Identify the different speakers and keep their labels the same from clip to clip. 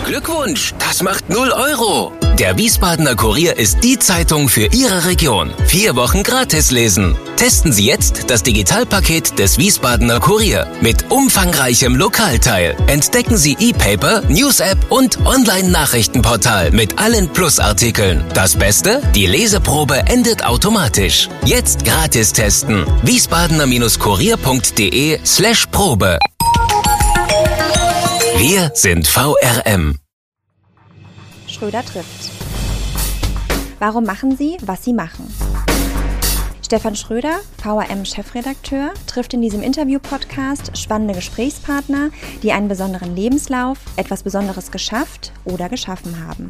Speaker 1: Glückwunsch, das macht 0 €. Der Wiesbadener Kurier ist die Zeitung für Ihre Region. 4 Wochen gratis lesen. Testen Sie jetzt das Digitalpaket des Wiesbadener Kurier mit umfangreichem Lokalteil. Entdecken Sie E-Paper, News-App und Online-Nachrichtenportal mit allen Plus-Artikeln. Das Beste? Die Leseprobe endet automatisch. Jetzt gratis testen. wiesbadener-kurier.de/Probe. Wir sind VRM.
Speaker 2: Schröder trifft. Warum machen Sie, was Sie machen? Stefan Schröder, VRM-Chefredakteur, trifft in diesem Interview-Podcast spannende Gesprächspartner, die einen besonderen Lebenslauf, etwas Besonderes geschafft oder geschaffen haben.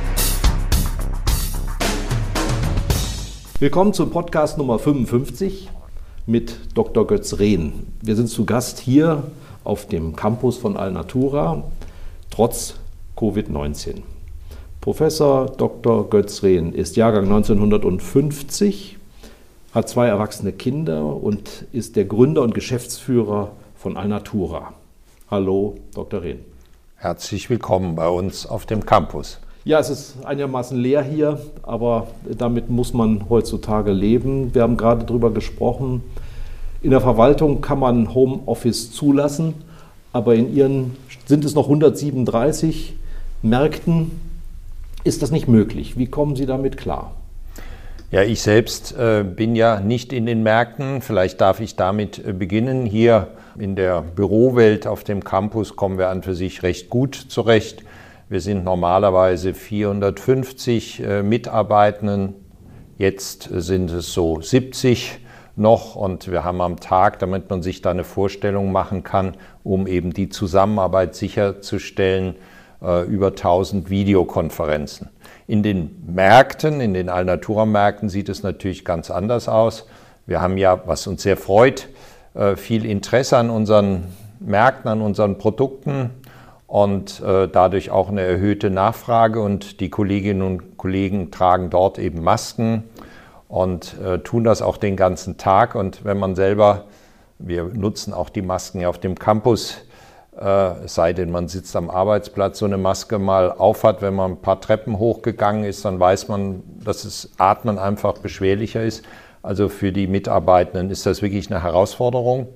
Speaker 3: Willkommen zum Podcast Nummer 55 mit Dr. Götz Rehn. Wir sind zu Gast hier auf dem Campus von Alnatura, trotz Covid-19. Professor Dr. Götz Rehn ist Jahrgang 1950, hat 2 erwachsene Kinder und ist der Gründer und Geschäftsführer von Alnatura. Hallo, Dr. Rehn.
Speaker 4: Herzlich willkommen bei uns auf dem Campus.
Speaker 3: Ja, es ist einigermaßen leer hier, aber damit muss man heutzutage leben. Wir haben gerade darüber gesprochen. In der Verwaltung kann man Homeoffice zulassen, aber in Ihren sind es noch 137 Märkten. Ist das nicht möglich? Wie kommen Sie damit klar?
Speaker 4: Ja, ich selbst bin ja nicht in den Märkten. Vielleicht darf ich damit beginnen. Hier in der Bürowelt auf dem Campus kommen wir an für sich recht gut zurecht. Wir sind normalerweise 450 Mitarbeitenden. Jetzt sind es so 70 noch und wir haben am Tag, damit man sich da eine Vorstellung machen kann, um eben die Zusammenarbeit sicherzustellen, über 1000 Videokonferenzen. In den Märkten, in den Alnatura-Märkten sieht es natürlich ganz anders aus. Wir haben ja, was uns sehr freut, viel Interesse an unseren Märkten, an unseren Produkten und dadurch auch eine erhöhte Nachfrage und die Kolleginnen und Kollegen tragen dort eben Masken und tun das auch den ganzen Tag. Und wenn man selber, wir nutzen auch die Masken ja auf dem Campus, es sei denn, man sitzt am Arbeitsplatz, so eine Maske mal aufhat, wenn man ein paar Treppen hochgegangen ist, dann weiß man, dass das Atmen einfach beschwerlicher ist. Also für die Mitarbeitenden ist das wirklich eine Herausforderung.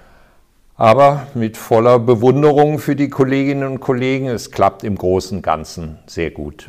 Speaker 4: Aber mit voller Bewunderung für die Kolleginnen und Kollegen, es klappt im Großen und Ganzen sehr gut.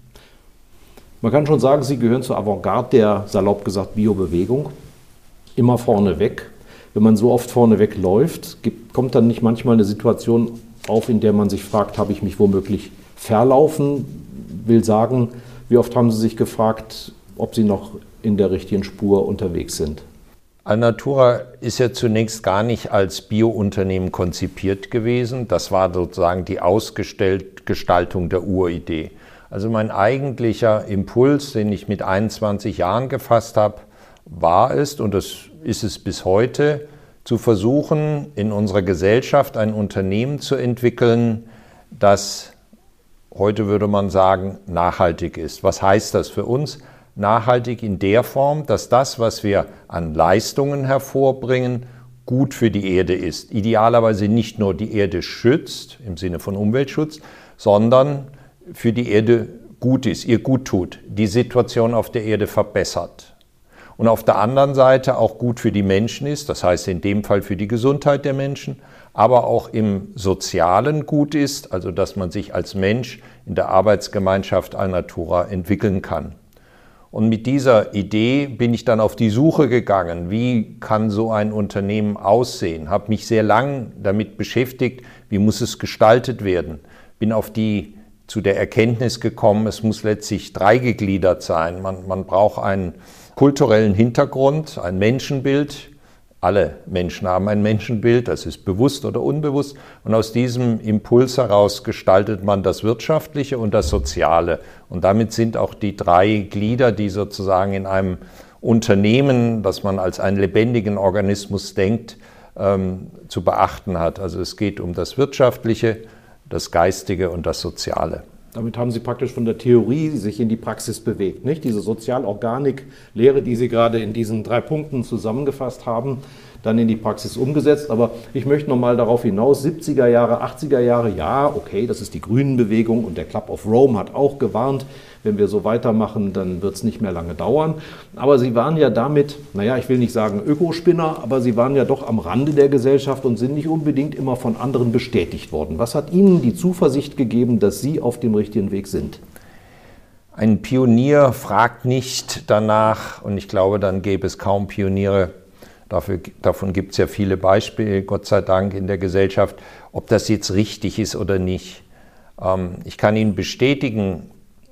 Speaker 3: Man kann schon sagen, Sie gehören zur Avantgarde der, salopp gesagt, Biobewegung. Immer vorne weg. Wenn man so oft vorne weg läuft, kommt dann nicht manchmal eine Situation auf, in der man sich fragt, habe ich mich womöglich verlaufen? Will sagen, wie oft haben Sie sich gefragt, ob Sie noch in der richtigen Spur unterwegs sind?
Speaker 4: Alnatura ist ja zunächst gar nicht als Biounternehmen konzipiert gewesen. Das war sozusagen die Ausgestaltung der Uridee. Also mein eigentlicher Impuls, den ich mit 21 Jahren gefasst habe, war es, und das ist es bis heute, zu versuchen, in unserer Gesellschaft ein Unternehmen zu entwickeln, das, heute würde man sagen, nachhaltig ist. Was heißt das für uns? Nachhaltig in der Form, dass das, was wir an Leistungen hervorbringen, gut für die Erde ist. Idealerweise nicht nur die Erde schützt, im Sinne von Umweltschutz, sondern für die Erde gut ist, ihr gut tut, die Situation auf der Erde verbessert. Und auf der anderen Seite auch gut für die Menschen ist, das heißt in dem Fall für die Gesundheit der Menschen, aber auch im Sozialen gut ist, also dass man sich als Mensch in der Arbeitsgemeinschaft Alnatura entwickeln kann. Und mit dieser Idee bin ich dann auf die Suche gegangen, wie kann so ein Unternehmen aussehen, habe mich sehr lang damit beschäftigt, wie muss es gestaltet werden, bin zu der Erkenntnis gekommen, es muss letztlich dreigegliedert sein. Man braucht einen kulturellen Hintergrund, ein Menschenbild. Alle Menschen haben ein Menschenbild, das ist bewusst oder unbewusst. Und aus diesem Impuls heraus gestaltet man das Wirtschaftliche und das Soziale. Und damit sind auch die 3 Glieder, die sozusagen in einem Unternehmen, das man als einen lebendigen Organismus denkt, zu beachten hat. Also es geht um das Wirtschaftliche, das Geistige und das Soziale.
Speaker 3: Damit haben Sie praktisch von der Theorie sich in die Praxis bewegt, nicht? Diese Sozialorganik-Lehre, die Sie gerade in diesen 3 Punkten zusammengefasst haben, dann in die Praxis umgesetzt. Aber ich möchte noch mal darauf hinaus, 70er Jahre, 80er Jahre, ja, okay, das ist die Grünenbewegung und der Club of Rome hat auch gewarnt, wenn wir so weitermachen, dann wird es nicht mehr lange dauern. Aber Sie waren ja damit, naja, ich will nicht sagen Ökospinner, aber Sie waren ja doch am Rande der Gesellschaft und sind nicht unbedingt immer von anderen bestätigt worden. Was hat Ihnen die Zuversicht gegeben, dass Sie auf dem richtigen Weg sind?
Speaker 4: Ein Pionier fragt nicht danach, und ich glaube, dann gäbe es kaum Pioniere, davon gibt es ja viele Beispiele, Gott sei Dank, in der Gesellschaft, ob das jetzt richtig ist oder nicht. Ich kann Ihnen bestätigen,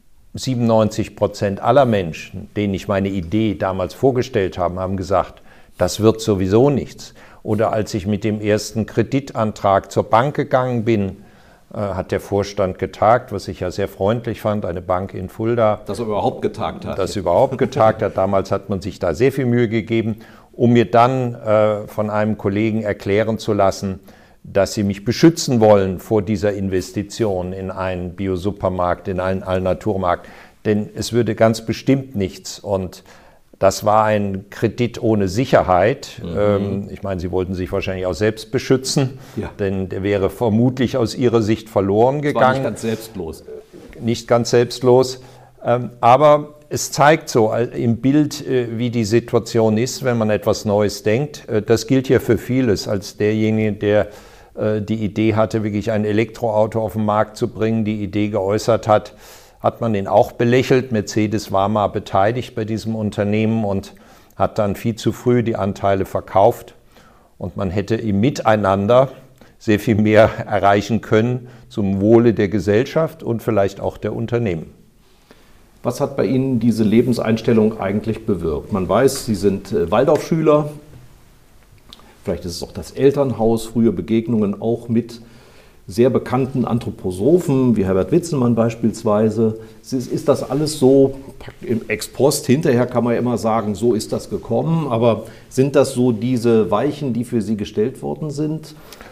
Speaker 4: 97% aller Menschen, denen ich meine Idee damals vorgestellt habe, haben gesagt, das wird sowieso nichts. Oder als ich mit dem ersten Kreditantrag zur Bank gegangen bin, hat der Vorstand getagt, was ich ja sehr freundlich fand, eine Bank in Fulda.
Speaker 3: Dass er überhaupt getagt hat.
Speaker 4: Dass überhaupt getagt hat. Damals hat man sich da sehr viel Mühe gegeben, um mir dann von einem Kollegen erklären zu lassen, dass sie mich beschützen wollen vor dieser Investition in einen Bio-Supermarkt, in einen Allnaturmarkt. Denn es würde ganz bestimmt nichts. Und das war ein Kredit ohne Sicherheit. Ich meine, Sie wollten sich wahrscheinlich auch selbst beschützen, denn der wäre vermutlich aus Ihrer Sicht verloren gegangen.
Speaker 3: Das war nicht ganz selbstlos.
Speaker 4: Nicht ganz selbstlos. Aber es zeigt so im Bild, wie die Situation ist, wenn man etwas Neues denkt. Das gilt ja für vieles. Als derjenige, der die Idee hatte, wirklich ein Elektroauto auf den Markt zu bringen, die Idee geäußert hat, hat man ihn auch belächelt. Mercedes war mal beteiligt bei diesem Unternehmen und hat dann viel zu früh die Anteile verkauft. Und man hätte im Miteinander sehr viel mehr erreichen können zum Wohle der Gesellschaft und vielleicht auch der Unternehmen.
Speaker 3: Was hat bei Ihnen diese Lebenseinstellung eigentlich bewirkt? Man weiß, Sie sind Waldorfschüler. Vielleicht ist es auch das Elternhaus, frühe Begegnungen auch mit sehr bekannten Anthroposophen, wie Herbert Witzemann beispielsweise. Ist das alles so im Ex post? Hinterher kann man ja immer sagen, so ist das gekommen. Aber sind das so diese Weichen, die für Sie gestellt worden sind?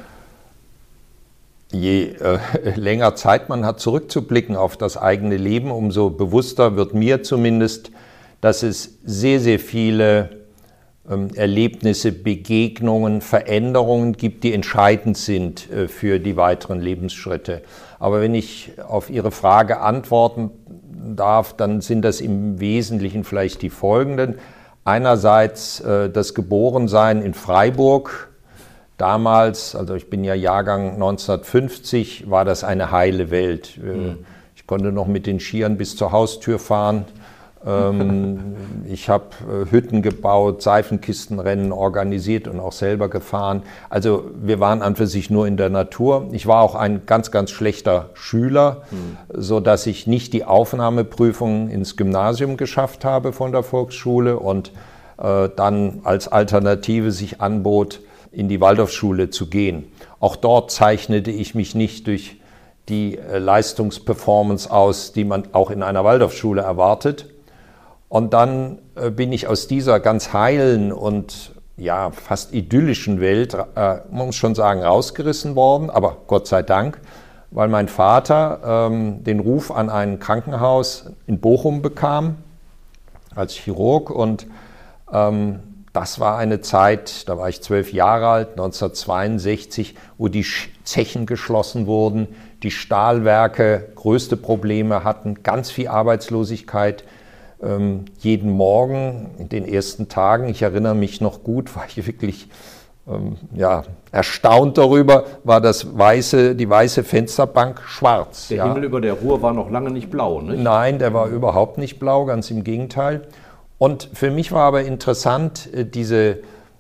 Speaker 4: Je länger Zeit man hat, zurückzublicken auf das eigene Leben, umso bewusster wird mir zumindest, dass es sehr, sehr viele Erlebnisse, Begegnungen, Veränderungen gibt, die entscheidend sind für die weiteren Lebensschritte. Aber wenn ich auf Ihre Frage antworten darf, dann sind das im Wesentlichen vielleicht die folgenden. Einerseits das Geborensein in Freiburg. Damals, also ich bin ja Jahrgang 1950, war das eine heile Welt. Ich konnte noch mit den Skiern bis zur Haustür fahren. Ich habe Hütten gebaut, Seifenkistenrennen organisiert und auch selber gefahren. Also wir waren an für sich nur in der Natur. Ich war auch ein ganz, ganz schlechter Schüler, sodass ich nicht die Aufnahmeprüfung ins Gymnasium geschafft habe von der Volksschule und dann als Alternative sich anbot, in die Waldorfschule zu gehen. Auch dort zeichnete ich mich nicht durch die Leistungsperformance aus, die man auch in einer Waldorfschule erwartet. Und dann bin ich aus dieser ganz heilen und ja, fast idyllischen Welt, man muss schon sagen, rausgerissen worden, aber Gott sei Dank, weil mein Vater den Ruf an ein Krankenhaus in Bochum bekam als Chirurg und das war eine Zeit, da war ich 12 Jahre alt, 1962, wo die Zechen geschlossen wurden, die Stahlwerke größte Probleme hatten, ganz viel Arbeitslosigkeit. Jeden Morgen in den ersten Tagen, ich erinnere mich noch gut, war ich wirklich erstaunt darüber, war die weiße Fensterbank schwarz.
Speaker 3: Der Himmel über der Ruhr war noch lange nicht blau, nicht?
Speaker 4: Nein, der war überhaupt nicht blau, ganz im Gegenteil. Und für mich war aber interessant, die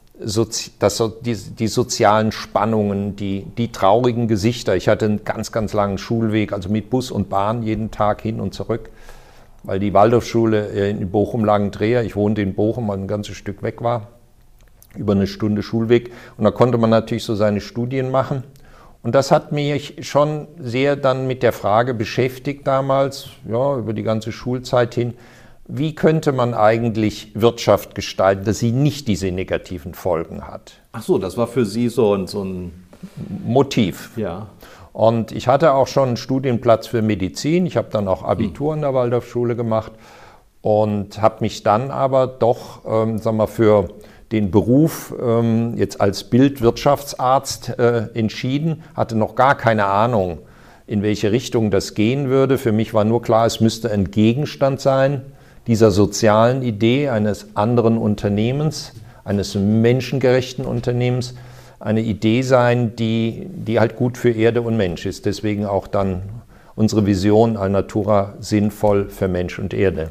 Speaker 4: sozialen Spannungen, die traurigen Gesichter. Ich hatte einen ganz, ganz langen Schulweg, also mit Bus und Bahn jeden Tag hin und zurück, weil die Waldorfschule in Bochum-Langendreher, ich wohnte in Bochum, ein ganzes Stück weg war, über eine Stunde Schulweg. Und da konnte man natürlich so seine Studien machen. Und das hat mich schon sehr dann mit der Frage beschäftigt damals, ja, über die ganze Schulzeit hin, wie könnte man eigentlich Wirtschaft gestalten, dass sie nicht diese negativen Folgen hat?
Speaker 3: Ach so, das war für Sie so ein
Speaker 4: Motiv.
Speaker 3: Ja.
Speaker 4: Und ich hatte auch schon einen Studienplatz für Medizin. Ich habe dann auch Abitur in der Waldorfschule gemacht und habe mich dann aber doch für den Beruf jetzt als Bildwirtschaftsarzt entschieden, hatte noch gar keine Ahnung, in welche Richtung das gehen würde. Für mich war nur klar, es müsste ein Gegenstand sein dieser sozialen Idee eines anderen Unternehmens, eines menschengerechten Unternehmens, eine Idee sein, die halt gut für Erde und Mensch ist. Deswegen auch dann unsere Vision Alnatura sinnvoll für Mensch und Erde.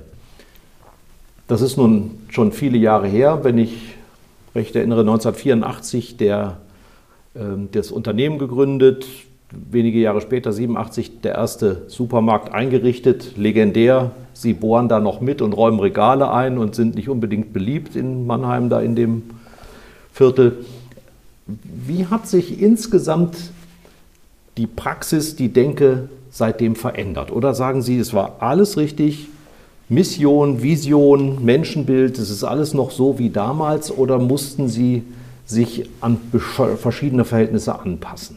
Speaker 3: Das ist nun schon viele Jahre her, wenn ich recht erinnere, 1984 das Unternehmen gegründet, wenige Jahre später, 1987, der erste Supermarkt eingerichtet, legendär. Sie bohren da noch mit und räumen Regale ein und sind nicht unbedingt beliebt in Mannheim, da in dem Viertel. Wie hat sich insgesamt die Praxis, die Denke seitdem verändert? Oder sagen Sie, es war alles richtig? Mission, Vision, Menschenbild, das ist alles noch so wie damals? Oder mussten Sie sich an verschiedene Verhältnisse anpassen?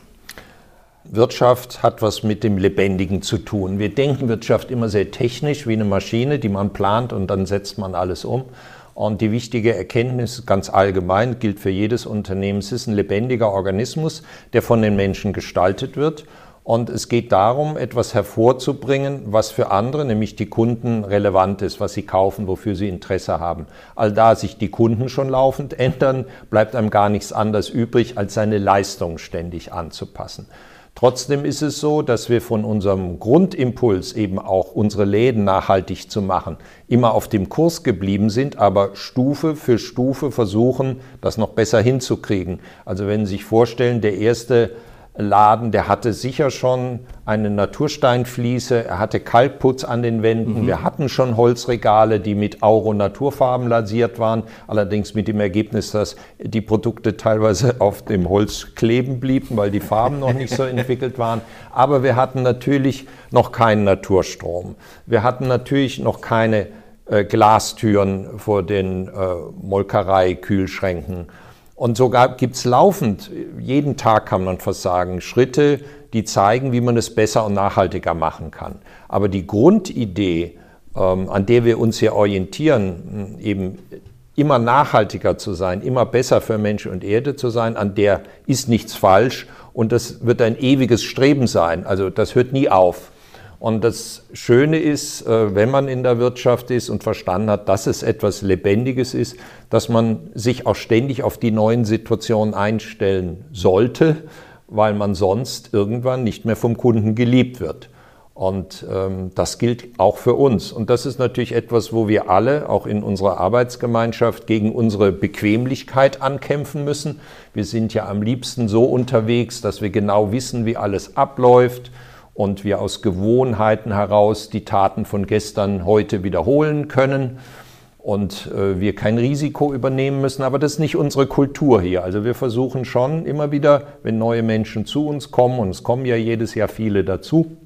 Speaker 4: Wirtschaft hat was mit dem Lebendigen zu tun. Wir denken Wirtschaft immer sehr technisch, wie eine Maschine, die man plant und dann setzt man alles um. Und die wichtige Erkenntnis, ganz allgemein, gilt für jedes Unternehmen, es ist ein lebendiger Organismus, der von den Menschen gestaltet wird. Und es geht darum, etwas hervorzubringen, was für andere, nämlich die Kunden, relevant ist, was sie kaufen, wofür sie Interesse haben. All da sich die Kunden schon laufend ändern, bleibt einem gar nichts anderes übrig, als seine Leistung ständig anzupassen. Trotzdem ist es so, dass wir von unserem Grundimpuls, eben auch unsere Läden nachhaltig zu machen, immer auf dem Kurs geblieben sind, aber Stufe für Stufe versuchen, das noch besser hinzukriegen. Also wenn Sie sich vorstellen, der erste Laden, der hatte sicher schon eine Natursteinfliese, er hatte Kalkputz an den Wänden, wir hatten schon Holzregale, die mit Auro-Naturfarben lasiert waren, allerdings mit dem Ergebnis, dass die Produkte teilweise auf dem Holz kleben blieben, weil die Farben noch nicht so entwickelt waren. Aber wir hatten natürlich noch keinen Naturstrom. Wir hatten natürlich noch keine Glastüren vor den Molkerei-Kühlschränken. Und sogar gibt es laufend, jeden Tag kann man fast sagen, Schritte, die zeigen, wie man es besser und nachhaltiger machen kann. Aber die Grundidee, an der wir uns hier orientieren, eben immer nachhaltiger zu sein, immer besser für Mensch und Erde zu sein, an der ist nichts falsch und das wird ein ewiges Streben sein. Also das hört nie auf. Und das Schöne ist, wenn man in der Wirtschaft ist und verstanden hat, dass es etwas Lebendiges ist, dass man sich auch ständig auf die neuen Situationen einstellen sollte, weil man sonst irgendwann nicht mehr vom Kunden geliebt wird. Und das gilt auch für uns. Und das ist natürlich etwas, wo wir alle, auch in unserer Arbeitsgemeinschaft, gegen unsere Bequemlichkeit ankämpfen müssen. Wir sind ja am liebsten so unterwegs, dass wir genau wissen, wie alles abläuft. Und wir aus Gewohnheiten heraus die Taten von gestern heute wiederholen können und wir kein Risiko übernehmen müssen. Aber das ist nicht unsere Kultur hier. Also wir versuchen schon immer wieder, wenn neue Menschen zu uns kommen, und es kommen ja jedes Jahr viele dazu,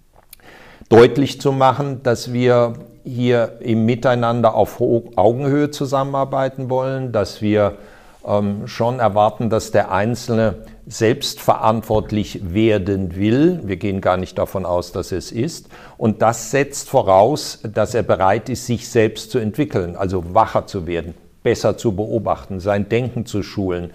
Speaker 4: deutlich zu machen, dass wir hier im Miteinander auf Augenhöhe zusammenarbeiten wollen, dass wir schon erwarten, dass der Einzelne selbstverantwortlich werden will. Wir gehen gar nicht davon aus, dass es ist. Und das setzt voraus, dass er bereit ist, sich selbst zu entwickeln, also wacher zu werden, besser zu beobachten, sein Denken zu schulen,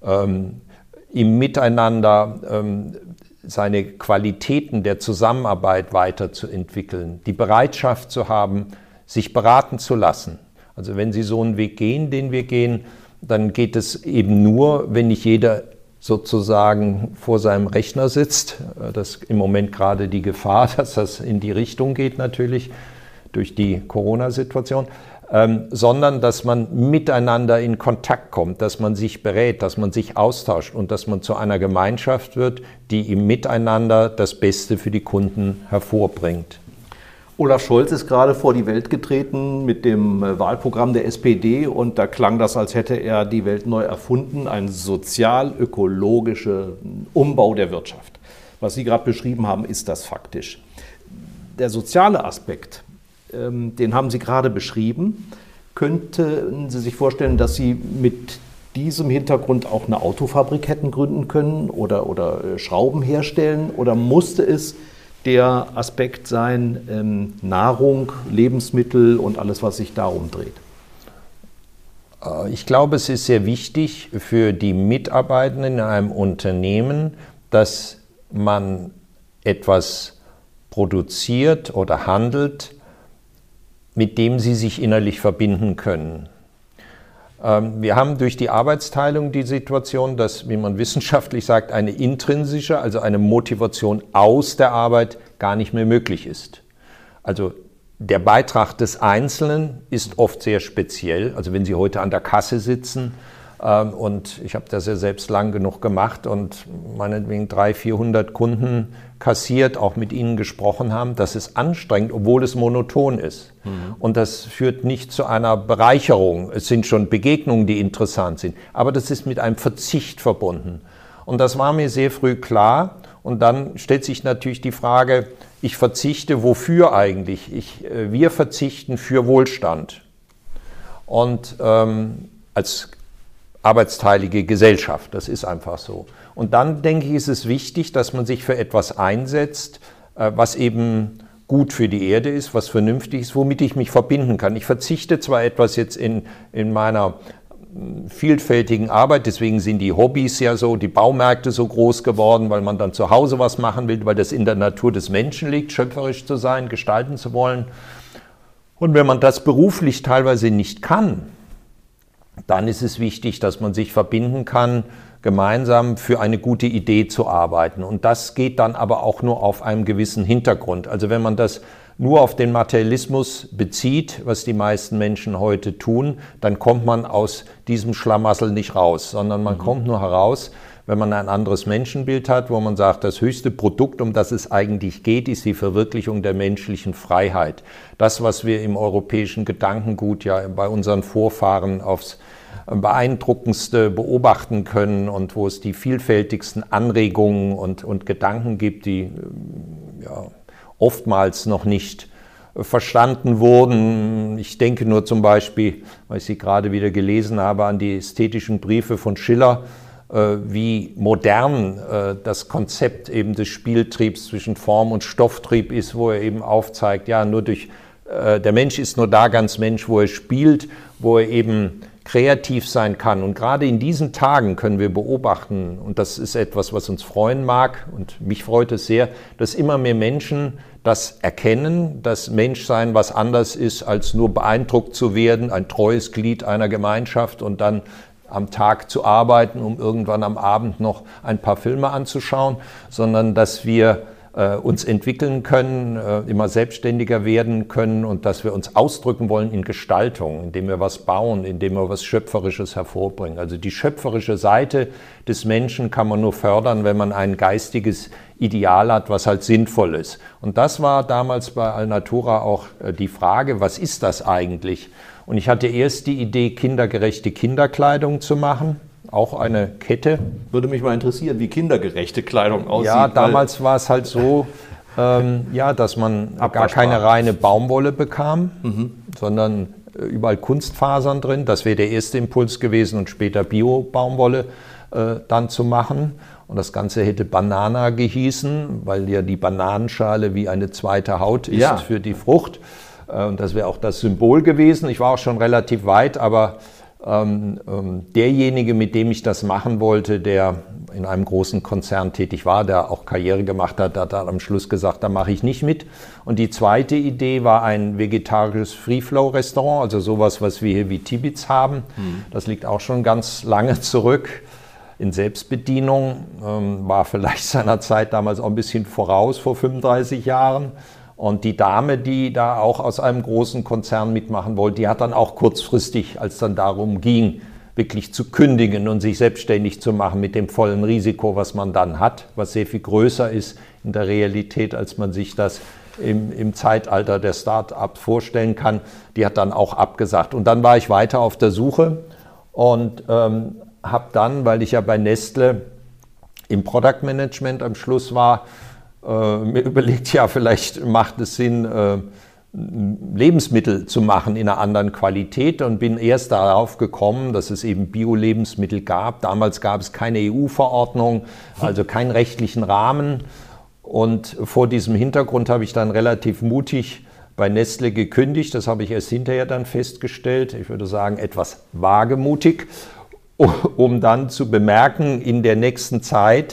Speaker 4: im Miteinander seine Qualitäten der Zusammenarbeit weiterzuentwickeln, die Bereitschaft zu haben, sich beraten zu lassen. Also wenn Sie so einen Weg gehen, den wir gehen, dann geht es eben nur, wenn nicht jeder sozusagen vor seinem Rechner sitzt. Das ist im Moment gerade die Gefahr, dass das in die Richtung geht natürlich durch die Corona-Situation, sondern dass man miteinander in Kontakt kommt, dass man sich berät, dass man sich austauscht und dass man zu einer Gemeinschaft wird, die im Miteinander das Beste für die Kunden hervorbringt.
Speaker 3: Olaf Scholz ist gerade vor die Welt getreten mit dem Wahlprogramm der SPD und da klang das, als hätte er die Welt neu erfunden, ein sozial-ökologischer Umbau der Wirtschaft. Was Sie gerade beschrieben haben, ist das faktisch. Der soziale Aspekt, den haben Sie gerade beschrieben. Könnten Sie sich vorstellen, dass Sie mit diesem Hintergrund auch eine Autofabrik hätten gründen können oder Schrauben herstellen? Oder musste es der Aspekt sein, Nahrung, Lebensmittel und alles, was sich darum dreht?
Speaker 4: Ich glaube, es ist sehr wichtig für die Mitarbeitenden in einem Unternehmen, dass man etwas produziert oder handelt, mit dem sie sich innerlich verbinden können. Wir haben durch die Arbeitsteilung die Situation, dass, wie man wissenschaftlich sagt, eine intrinsische, also eine Motivation aus der Arbeit gar nicht mehr möglich ist. Also der Beitrag des Einzelnen ist oft sehr speziell. Also wenn Sie heute an der Kasse sitzen, und ich habe das ja selbst lang genug gemacht und meinetwegen 300, 400 Kunden kassiert, auch mit ihnen gesprochen haben, das ist anstrengend, obwohl es monoton ist. Und das führt nicht zu einer Bereicherung. Es sind schon Begegnungen, die interessant sind, aber das ist mit einem Verzicht verbunden. Und das war mir sehr früh klar. Und dann stellt sich natürlich die Frage, ich verzichte wofür eigentlich? Wir verzichten für Wohlstand. Und als arbeitsteilige Gesellschaft, das ist einfach so. Und dann denke ich, ist es wichtig, dass man sich für etwas einsetzt, was eben gut für die Erde ist, was vernünftig ist, womit ich mich verbinden kann. Ich verzichte zwar etwas jetzt in meiner vielfältigen Arbeit, deswegen sind die Hobbys ja so, die Baumärkte so groß geworden, weil man dann zu Hause was machen will, weil das in der Natur des Menschen liegt, schöpferisch zu sein, gestalten zu wollen. Und wenn man das beruflich teilweise nicht kann, dann ist es wichtig, dass man sich verbinden kann, gemeinsam für eine gute Idee zu arbeiten. Und das geht dann aber auch nur auf einem gewissen Hintergrund. Also wenn man das nur auf den Materialismus bezieht, was die meisten Menschen heute tun, dann kommt man aus diesem Schlamassel nicht raus, sondern man kommt nur heraus, wenn man ein anderes Menschenbild hat, wo man sagt, das höchste Produkt, um das es eigentlich geht, ist die Verwirklichung der menschlichen Freiheit. Das, was wir im europäischen Gedankengut ja bei unseren Vorfahren aufs beeindruckendste beobachten können und wo es die vielfältigsten Anregungen und Gedanken gibt, die ja, oftmals noch nicht verstanden wurden. Ich denke nur zum Beispiel, weil ich sie gerade wieder gelesen habe, an die ästhetischen Briefe von Schiller, wie modern das Konzept eben des Spieltriebs zwischen Form und Stofftrieb ist, wo er eben aufzeigt, ja, nur durch der Mensch ist nur da ganz Mensch, wo er spielt, wo er eben kreativ sein kann. Und gerade in diesen Tagen können wir beobachten, und das ist etwas, was uns freuen mag, und mich freut es sehr, dass immer mehr Menschen das erkennen, dass Menschsein was anderes ist, als nur beeindruckt zu werden, ein treues Glied einer Gemeinschaft und dann am Tag zu arbeiten, um irgendwann am Abend noch ein paar Filme anzuschauen, sondern dass wir uns entwickeln können, immer selbstständiger werden können und dass wir uns ausdrücken wollen in Gestaltung, indem wir was bauen, indem wir was Schöpferisches hervorbringen. Also die schöpferische Seite des Menschen kann man nur fördern, wenn man ein geistiges Ideal hat, was halt sinnvoll ist. Und das war damals bei Alnatura auch die Frage, was ist das eigentlich? Und ich hatte erst die Idee, kindergerechte Kinderkleidung zu machen. Auch eine Kette.
Speaker 3: Würde mich mal interessieren, wie kindergerechte Kleidung aussieht.
Speaker 4: Ja, damals war es halt so, dass man gar keine reine Baumwolle bekam, sondern überall Kunstfasern drin. Das wäre der erste Impuls gewesen und später Bio-Baumwolle dann zu machen. Und das Ganze hätte Banana gehießen, weil ja die Bananenschale wie eine zweite Haut ist für die Frucht. Und das wäre auch das Symbol gewesen. Ich war auch schon relativ weit, aber derjenige, mit dem ich das machen wollte, der in einem großen Konzern tätig war, der auch Karriere gemacht hat, hat am Schluss gesagt, da mache ich nicht mit. Und die zweite Idee war ein vegetarisches Free-Flow-Restaurant, also sowas, was wir hier wie Tibits haben. Das liegt auch schon ganz lange zurück in Selbstbedienung, war vielleicht seiner Zeit damals auch ein bisschen voraus, vor 35 Jahren. Und die Dame, die da auch aus einem großen Konzern mitmachen wollte, die hat dann auch kurzfristig, als dann darum ging, wirklich zu kündigen und sich selbstständig zu machen mit dem vollen Risiko, was man dann hat, was sehr viel größer ist in der Realität, als man sich das im Zeitalter der Start-ups vorstellen kann, die hat dann auch abgesagt. Und dann war ich weiter auf der Suche und habe dann, weil ich ja bei Nestle im Product Management am Schluss war, mir überlegt, ja, vielleicht macht es Sinn, Lebensmittel zu machen in einer anderen Qualität und bin erst darauf gekommen, dass es eben Bio-Lebensmittel gab. Damals gab es keine EU-Verordnung, also keinen rechtlichen Rahmen. Und vor diesem Hintergrund habe ich dann relativ mutig bei Nestle gekündigt. Das habe ich erst hinterher dann festgestellt. Ich würde sagen, etwas wagemutig, um dann zu bemerken in der nächsten Zeit,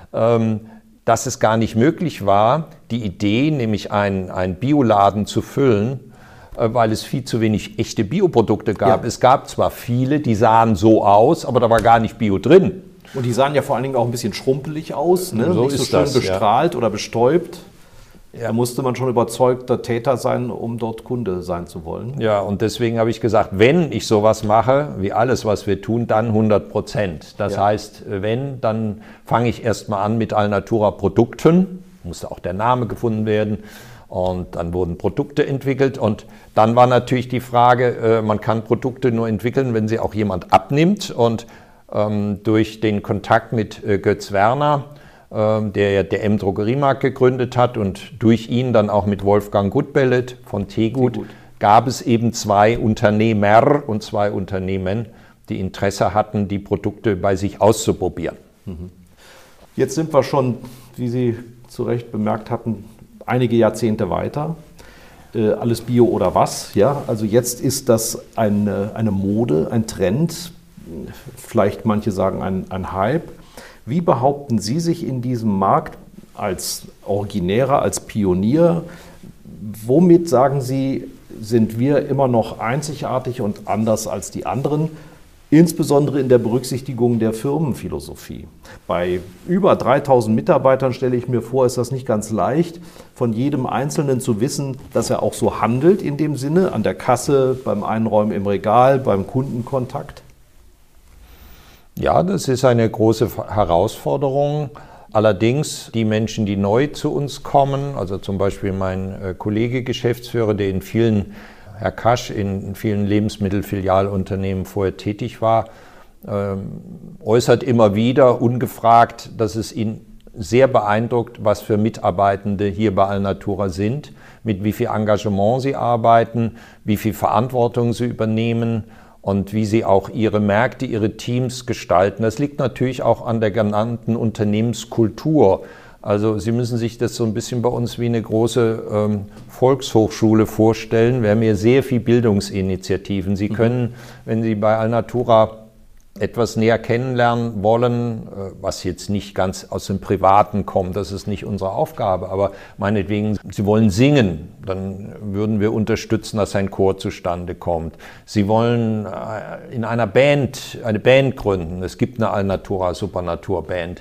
Speaker 4: dass es gar nicht möglich war, die Idee, nämlich einen Bioladen zu füllen, weil es viel zu wenig echte Bioprodukte gab. Ja. Es gab zwar viele, die sahen so aus, aber da war gar nicht Bio drin.
Speaker 3: Und die sahen ja vor allen Dingen auch ein bisschen schrumpelig aus, ne? So nicht so schön bestrahlt oder bestäubt. Da musste man schon überzeugter Täter sein, um dort Kunde sein zu wollen.
Speaker 4: Ja, und deswegen habe ich gesagt, wenn ich sowas mache, wie alles, was wir tun, dann 100%. Das heißt, wenn, dann fange ich erstmal an mit Alnatura-Produkten. Musste auch der Name gefunden werden. Und dann wurden Produkte entwickelt. Und dann war natürlich die Frage, man kann Produkte nur entwickeln, wenn sie auch jemand abnimmt. Und durch den Kontakt mit Götz Werner, der ja der M-Drogeriemarkt gegründet hat, und durch ihn dann auch mit Wolfgang Gutbellet von Teegut, gab es eben 2 Unternehmer und 2 Unternehmen, die Interesse hatten, die Produkte bei sich auszuprobieren.
Speaker 3: Jetzt sind wir schon, wie Sie zu Recht bemerkt hatten, einige Jahrzehnte weiter. Alles Bio oder was? Ja, also jetzt ist das eine Mode, ein Trend, vielleicht manche sagen ein Hype. Wie behaupten Sie sich in diesem Markt als Originärer, als Pionier? Womit, sagen Sie, sind wir immer noch einzigartig und anders als die anderen? Insbesondere in der Berücksichtigung der Firmenphilosophie. Bei über 3000 Mitarbeitern stelle ich mir vor, ist das nicht ganz leicht, von jedem Einzelnen zu wissen, dass er auch so handelt in dem Sinne, an der Kasse, beim Einräumen im Regal, beim Kundenkontakt.
Speaker 4: Ja, das ist eine große Herausforderung. Allerdings die Menschen, die neu zu uns kommen, also zum Beispiel mein Kollege Geschäftsführer, der Herr Kasch, in vielen Lebensmittelfilialunternehmen vorher tätig war, äußert immer wieder ungefragt, dass es ihn sehr beeindruckt, was für Mitarbeitende hier bei Alnatura sind, mit wie viel Engagement sie arbeiten, wie viel Verantwortung sie übernehmen und wie sie auch ihre Märkte, ihre Teams gestalten. Das liegt natürlich auch an der genannten Unternehmenskultur. Also Sie müssen sich das so ein bisschen bei uns wie eine große Volkshochschule vorstellen. Wir haben hier sehr viel Bildungsinitiativen. Sie können, wenn Sie bei Alnatura etwas näher kennenlernen wollen, was jetzt nicht ganz aus dem Privaten kommt, das ist nicht unsere Aufgabe, aber meinetwegen, Sie wollen singen, dann würden wir unterstützen, dass ein Chor zustande kommt. Sie wollen in einer Band, eine Band gründen, es gibt eine Alnatura Supernatur Band.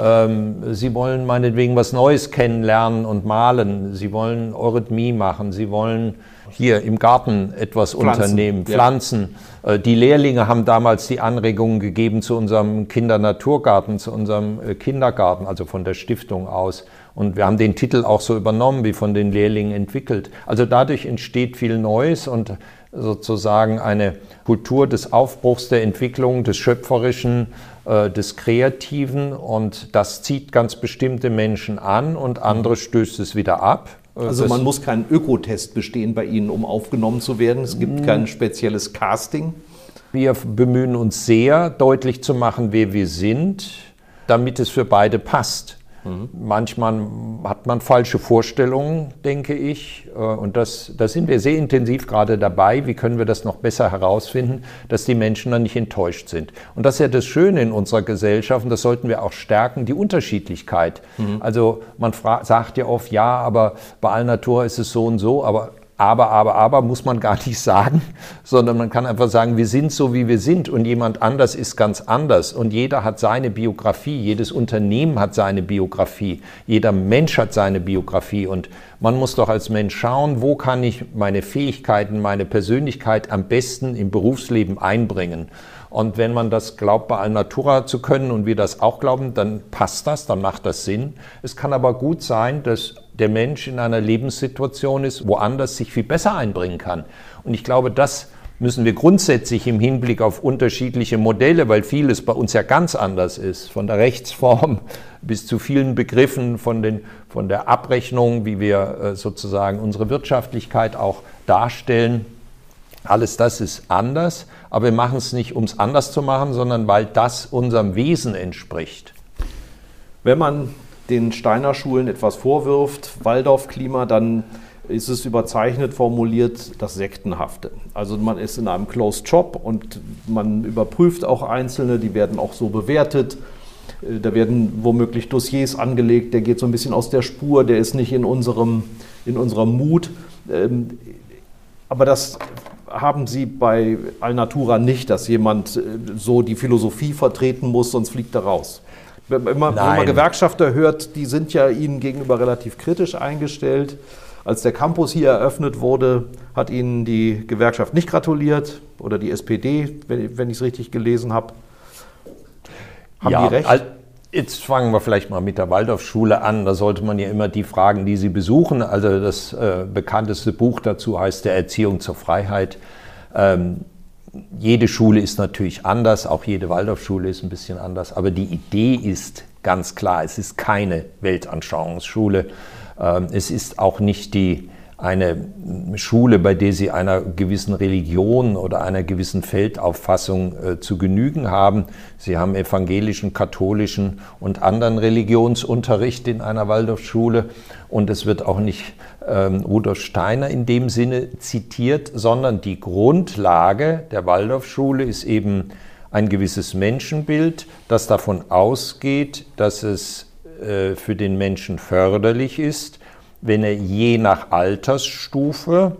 Speaker 4: Sie wollen meinetwegen was Neues kennenlernen und malen, Sie wollen Eurythmie machen, Sie wollen hier im Garten etwas unternehmen, Pflanzen. Die Lehrlinge haben damals die Anregungen gegeben zu unserem Kindernaturgarten, zu unserem Kindergarten, also von der Stiftung aus. Und wir haben den Titel auch so übernommen, wie von den Lehrlingen entwickelt. Also dadurch entsteht viel Neues und sozusagen eine Kultur des Aufbruchs, der Entwicklung, des Schöpferischen, des Kreativen. Und das zieht ganz bestimmte Menschen an und andere stößt es wieder ab.
Speaker 3: Also man muss keinen Ökotest bestehen bei Ihnen, um aufgenommen zu werden. Es gibt kein spezielles Casting.
Speaker 4: Wir bemühen uns sehr, deutlich zu machen, wer wir sind, damit es für beide passt. Manchmal hat man falsche Vorstellungen, denke ich. Und da sind wir sehr intensiv gerade dabei. Wie können wir das noch besser herausfinden, dass die Menschen dann nicht enttäuscht sind? Und das ist ja das Schöne in unserer Gesellschaft, und das sollten wir auch stärken, die Unterschiedlichkeit. Also man sagt ja oft, ja, aber bei Alnatura ist es so und so, aber muss man gar nicht sagen, sondern man kann einfach sagen, wir sind so, wie wir sind, und jemand anders ist ganz anders, und jeder hat seine Biografie, jedes Unternehmen hat seine Biografie, jeder Mensch hat seine Biografie, und man muss doch als Mensch schauen, wo kann ich meine Fähigkeiten, meine Persönlichkeit am besten im Berufsleben einbringen. Und wenn man das glaubt, bei Alnatura zu können, und wir das auch glauben, dann passt das, dann macht das Sinn. Es kann aber gut sein, dass der Mensch in einer Lebenssituation ist, woanders sich viel besser einbringen kann. Und ich glaube, das müssen wir grundsätzlich im Hinblick auf unterschiedliche Modelle, weil vieles bei uns ja ganz anders ist, von der Rechtsform bis zu vielen Begriffen, von der Abrechnung, wie wir sozusagen unsere Wirtschaftlichkeit auch darstellen. Alles das ist anders, aber wir machen es nicht, um es anders zu machen, sondern weil das unserem Wesen entspricht.
Speaker 3: Wenn man den Steiner Schulen etwas vorwirft, Waldorfklima, dann ist es überzeichnet formuliert, das Sektenhafte. Also man ist in einem Closed Shop und man überprüft auch Einzelne, die werden auch so bewertet. Da werden womöglich Dossiers angelegt, der geht so ein bisschen aus der Spur, der ist nicht in unserem Mut. Aber das haben Sie bei Alnatura nicht, dass jemand so die Philosophie vertreten muss, sonst fliegt er raus. Wenn man Gewerkschafter hört, die sind ja Ihnen gegenüber relativ kritisch eingestellt. Als der Campus hier eröffnet wurde, hat Ihnen die Gewerkschaft nicht gratuliert oder die SPD, wenn ich es richtig gelesen habe. Haben die recht?
Speaker 4: Jetzt fangen wir vielleicht mal mit der Waldorfschule an. Da sollte man ja immer die fragen, die Sie besuchen. Also das bekannteste Buch dazu heißt Der Erziehung zur Freiheit. Jede Schule ist natürlich anders, auch jede Waldorfschule ist ein bisschen anders. Aber die Idee ist ganz klar, es ist keine Weltanschauungsschule. Es ist auch nicht eine Schule, bei der Sie einer gewissen Religion oder einer gewissen Weltauffassung zu genügen haben. Sie haben evangelischen, katholischen und anderen Religionsunterricht in einer Waldorfschule und es wird auch nicht Rudolf Steiner in dem Sinne zitiert, sondern die Grundlage der Waldorfschule ist eben ein gewisses Menschenbild, das davon ausgeht, dass es für den Menschen förderlich ist, wenn er je nach Altersstufe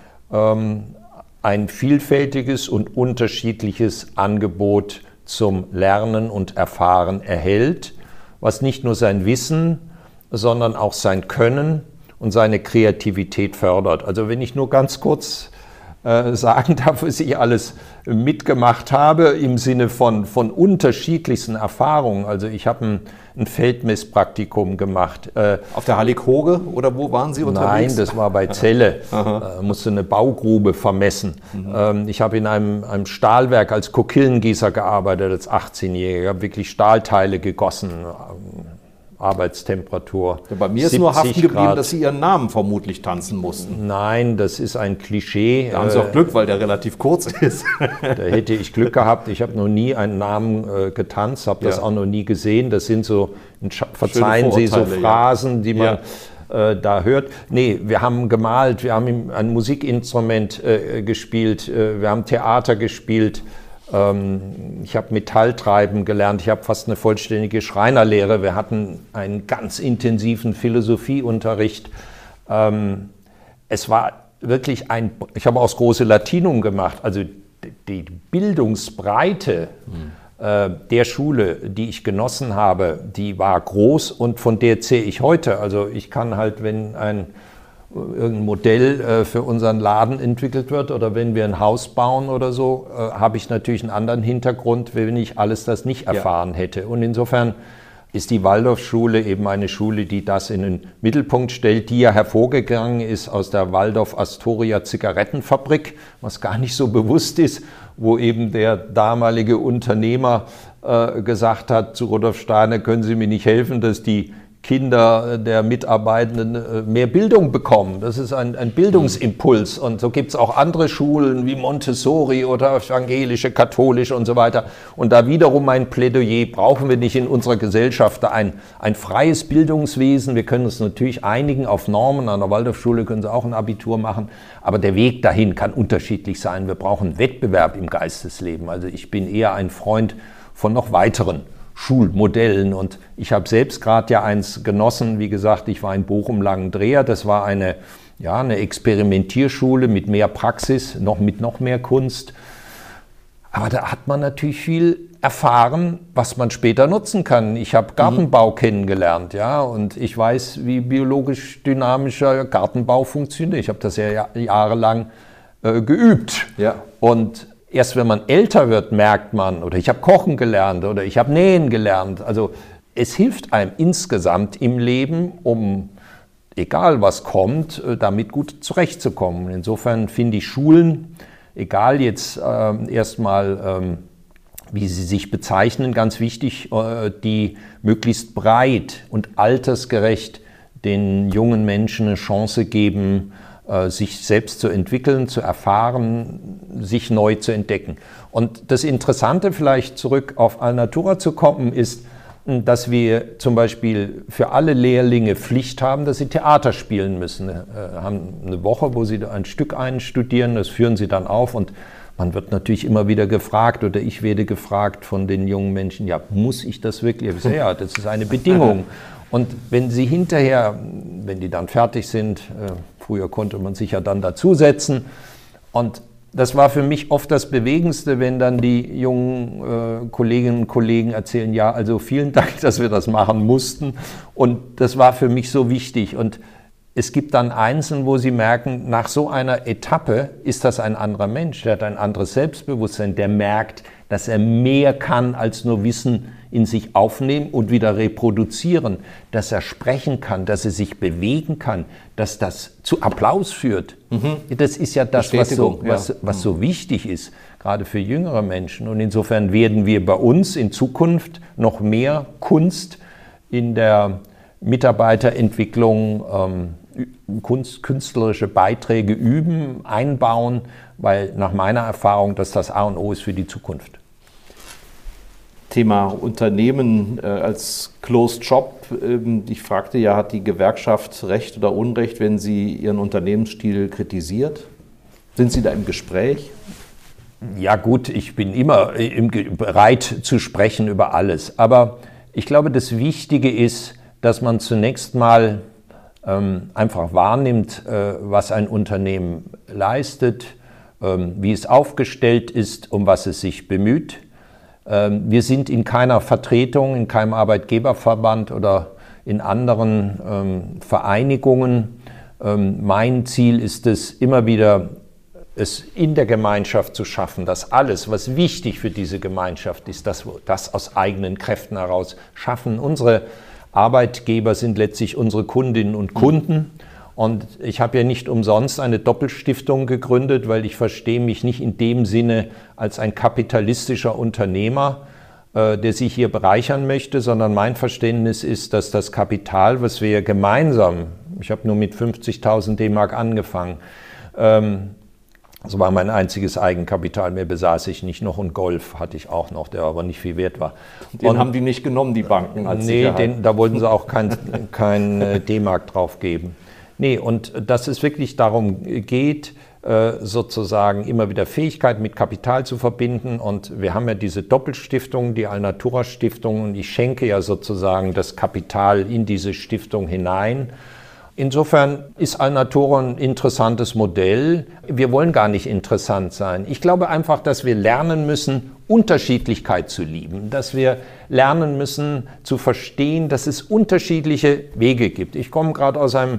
Speaker 4: ein vielfältiges und unterschiedliches Angebot zum Lernen und Erfahren erhält, was nicht nur sein Wissen, sondern auch sein Können und seine Kreativität fördert. Also wenn ich nur ganz kurz sagen darf, was ich alles mitgemacht habe im Sinne von unterschiedlichsten Erfahrungen. Also ich habe ein Feldmesspraktikum gemacht.
Speaker 3: Auf der Hallig-Hoge oder wo waren Sie unterwegs?
Speaker 4: Nein, das war bei Celle. Musste eine Baugrube vermessen. Ich habe in einem Stahlwerk als Kokillengießer gearbeitet als 18-Jähriger. Ich habe wirklich Stahlteile gegossen. Arbeitstemperatur.
Speaker 3: Ja, bei mir ist nur haften geblieben, dass Sie Ihren Namen vermutlich tanzen mussten.
Speaker 4: Nein, das ist ein Klischee.
Speaker 3: Da haben Sie auch Glück, weil der relativ kurz ist.
Speaker 4: Da hätte ich Glück gehabt. Ich habe noch nie einen Namen getanzt, habe das auch noch nie gesehen. Das sind so, verzeihen Sie, so Phrasen, die man da hört. Nee, wir haben gemalt, wir haben ein Musikinstrument gespielt, wir haben Theater gespielt. Ich habe Metalltreiben gelernt, ich habe fast eine vollständige Schreinerlehre, wir hatten einen ganz intensiven Philosophieunterricht. Es war wirklich ich habe auch das große Latinum gemacht, also die Bildungsbreite der Schule, die ich genossen habe, die war groß und von der zähle ich heute. Also ich kann halt, wenn irgendein Modell für unseren Laden entwickelt wird oder wenn wir ein Haus bauen oder so, habe ich natürlich einen anderen Hintergrund, wenn ich alles das nicht erfahren hätte. Und insofern ist die Waldorfschule eben eine Schule, die das in den Mittelpunkt stellt, die ja hervorgegangen ist aus der Waldorf-Astoria-Zigarettenfabrik, was gar nicht so bewusst ist, wo eben der damalige Unternehmer gesagt hat zu Rudolf Steiner, können Sie mir nicht helfen, dass die Kinder der Mitarbeitenden mehr Bildung bekommen. Das ist ein Bildungsimpuls. Und so gibt es auch andere Schulen wie Montessori oder evangelische, katholische und so weiter. Und da wiederum ein Plädoyer, brauchen wir nicht in unserer Gesellschaft ein freies Bildungswesen. Wir können uns natürlich einigen auf Normen. An der Waldorfschule können Sie auch ein Abitur machen. Aber der Weg dahin kann unterschiedlich sein. Wir brauchen Wettbewerb im Geistesleben. Also ich bin eher ein Freund von noch weiteren Schulmodellen und ich habe selbst gerade ja eins genossen, wie gesagt, ich war in Bochum-Langendreher, das war eine Experimentierschule mit mehr Praxis, mit noch mehr Kunst, aber da hat man natürlich viel erfahren, was man später nutzen kann. Ich habe Gartenbau kennengelernt, und ich weiß, wie biologisch dynamischer Gartenbau funktioniert. Ich habe das ja jahrelang geübt und erst wenn man älter wird, merkt man, oder ich habe Kochen gelernt oder ich habe Nähen gelernt. Also es hilft einem insgesamt im Leben, um, egal was kommt, damit gut zurechtzukommen. Insofern finde ich Schulen, egal jetzt erstmal, wie sie sich bezeichnen, ganz wichtig, die möglichst breit und altersgerecht den jungen Menschen eine Chance geben, sich selbst zu entwickeln, zu erfahren, sich neu zu entdecken. Und das Interessante, vielleicht zurück auf Alnatura zu kommen, ist, dass wir zum Beispiel für alle Lehrlinge Pflicht haben, dass sie Theater spielen müssen. Haben eine Woche, wo sie ein Stück einstudieren, das führen sie dann auf und man wird natürlich immer wieder gefragt oder ich werde gefragt von den jungen Menschen, ja, muss ich das wirklich? Ich sage, ja, das ist eine Bedingung. Und wenn sie hinterher, wenn die dann fertig sind, früher konnte man sich ja dann dazusetzen und das war für mich oft das Bewegendste, wenn dann die jungen Kolleginnen und Kollegen erzählen, ja, also vielen Dank, dass wir das machen mussten. Und das war für mich so wichtig. Und es gibt dann Einzelne, wo sie merken, nach so einer Etappe ist das ein anderer Mensch. Der hat ein anderes Selbstbewusstsein, der merkt, dass er mehr kann als nur Wissen in sich aufnehmen und wieder reproduzieren, dass er sprechen kann, dass er sich bewegen kann, dass das zu Applaus führt. Das ist ja das, was so wichtig ist, gerade für jüngere Menschen. Und insofern werden wir bei uns in Zukunft noch mehr Kunst in der Mitarbeiterentwicklung, künstlerische Beiträge üben, einbauen, weil nach meiner Erfahrung das A und O ist für die Zukunft.
Speaker 3: Thema Unternehmen als Closed Shop. Ich fragte ja, hat die Gewerkschaft Recht oder Unrecht, wenn sie ihren Unternehmensstil kritisiert? Sind Sie da im Gespräch?
Speaker 4: Ja gut, ich bin immer bereit zu sprechen über alles. Aber ich glaube, das Wichtige ist, dass man zunächst mal einfach wahrnimmt, was ein Unternehmen leistet, wie es aufgestellt ist, um was es sich bemüht. Wir sind in keiner Vertretung, in keinem Arbeitgeberverband oder in anderen Vereinigungen. Mein Ziel ist es, immer wieder es in der Gemeinschaft zu schaffen, dass alles, was wichtig für diese Gemeinschaft ist, dass wir das aus eigenen Kräften heraus schaffen. Unsere Arbeitgeber sind letztlich unsere Kundinnen und Kunden. Und ich habe ja nicht umsonst eine Doppelstiftung gegründet, weil ich verstehe mich nicht in dem Sinne als ein kapitalistischer Unternehmer, der sich hier bereichern möchte, sondern mein Verständnis ist, dass das Kapital, was wir gemeinsam, ich habe nur mit 50.000 D-Mark angefangen, das war mein einziges Eigenkapital, mehr besaß ich nicht noch und Golf hatte ich auch noch, der aber nicht viel wert war.
Speaker 3: Den haben die nicht genommen, die Banken als Sicherheit.
Speaker 4: Da wollten sie auch kein D-Mark drauf geben. Nee, und dass es wirklich darum geht, sozusagen immer wieder Fähigkeit mit Kapital zu verbinden. Und wir haben ja diese Doppelstiftung, die Alnatura Stiftung, und ich schenke ja sozusagen das Kapital in diese Stiftung hinein. Insofern ist Alnatura ein interessantes Modell. Wir wollen gar nicht interessant sein. Ich glaube einfach, dass wir lernen müssen, Unterschiedlichkeit zu lieben, dass wir lernen müssen zu verstehen, dass es unterschiedliche Wege gibt. Ich komme gerade aus einem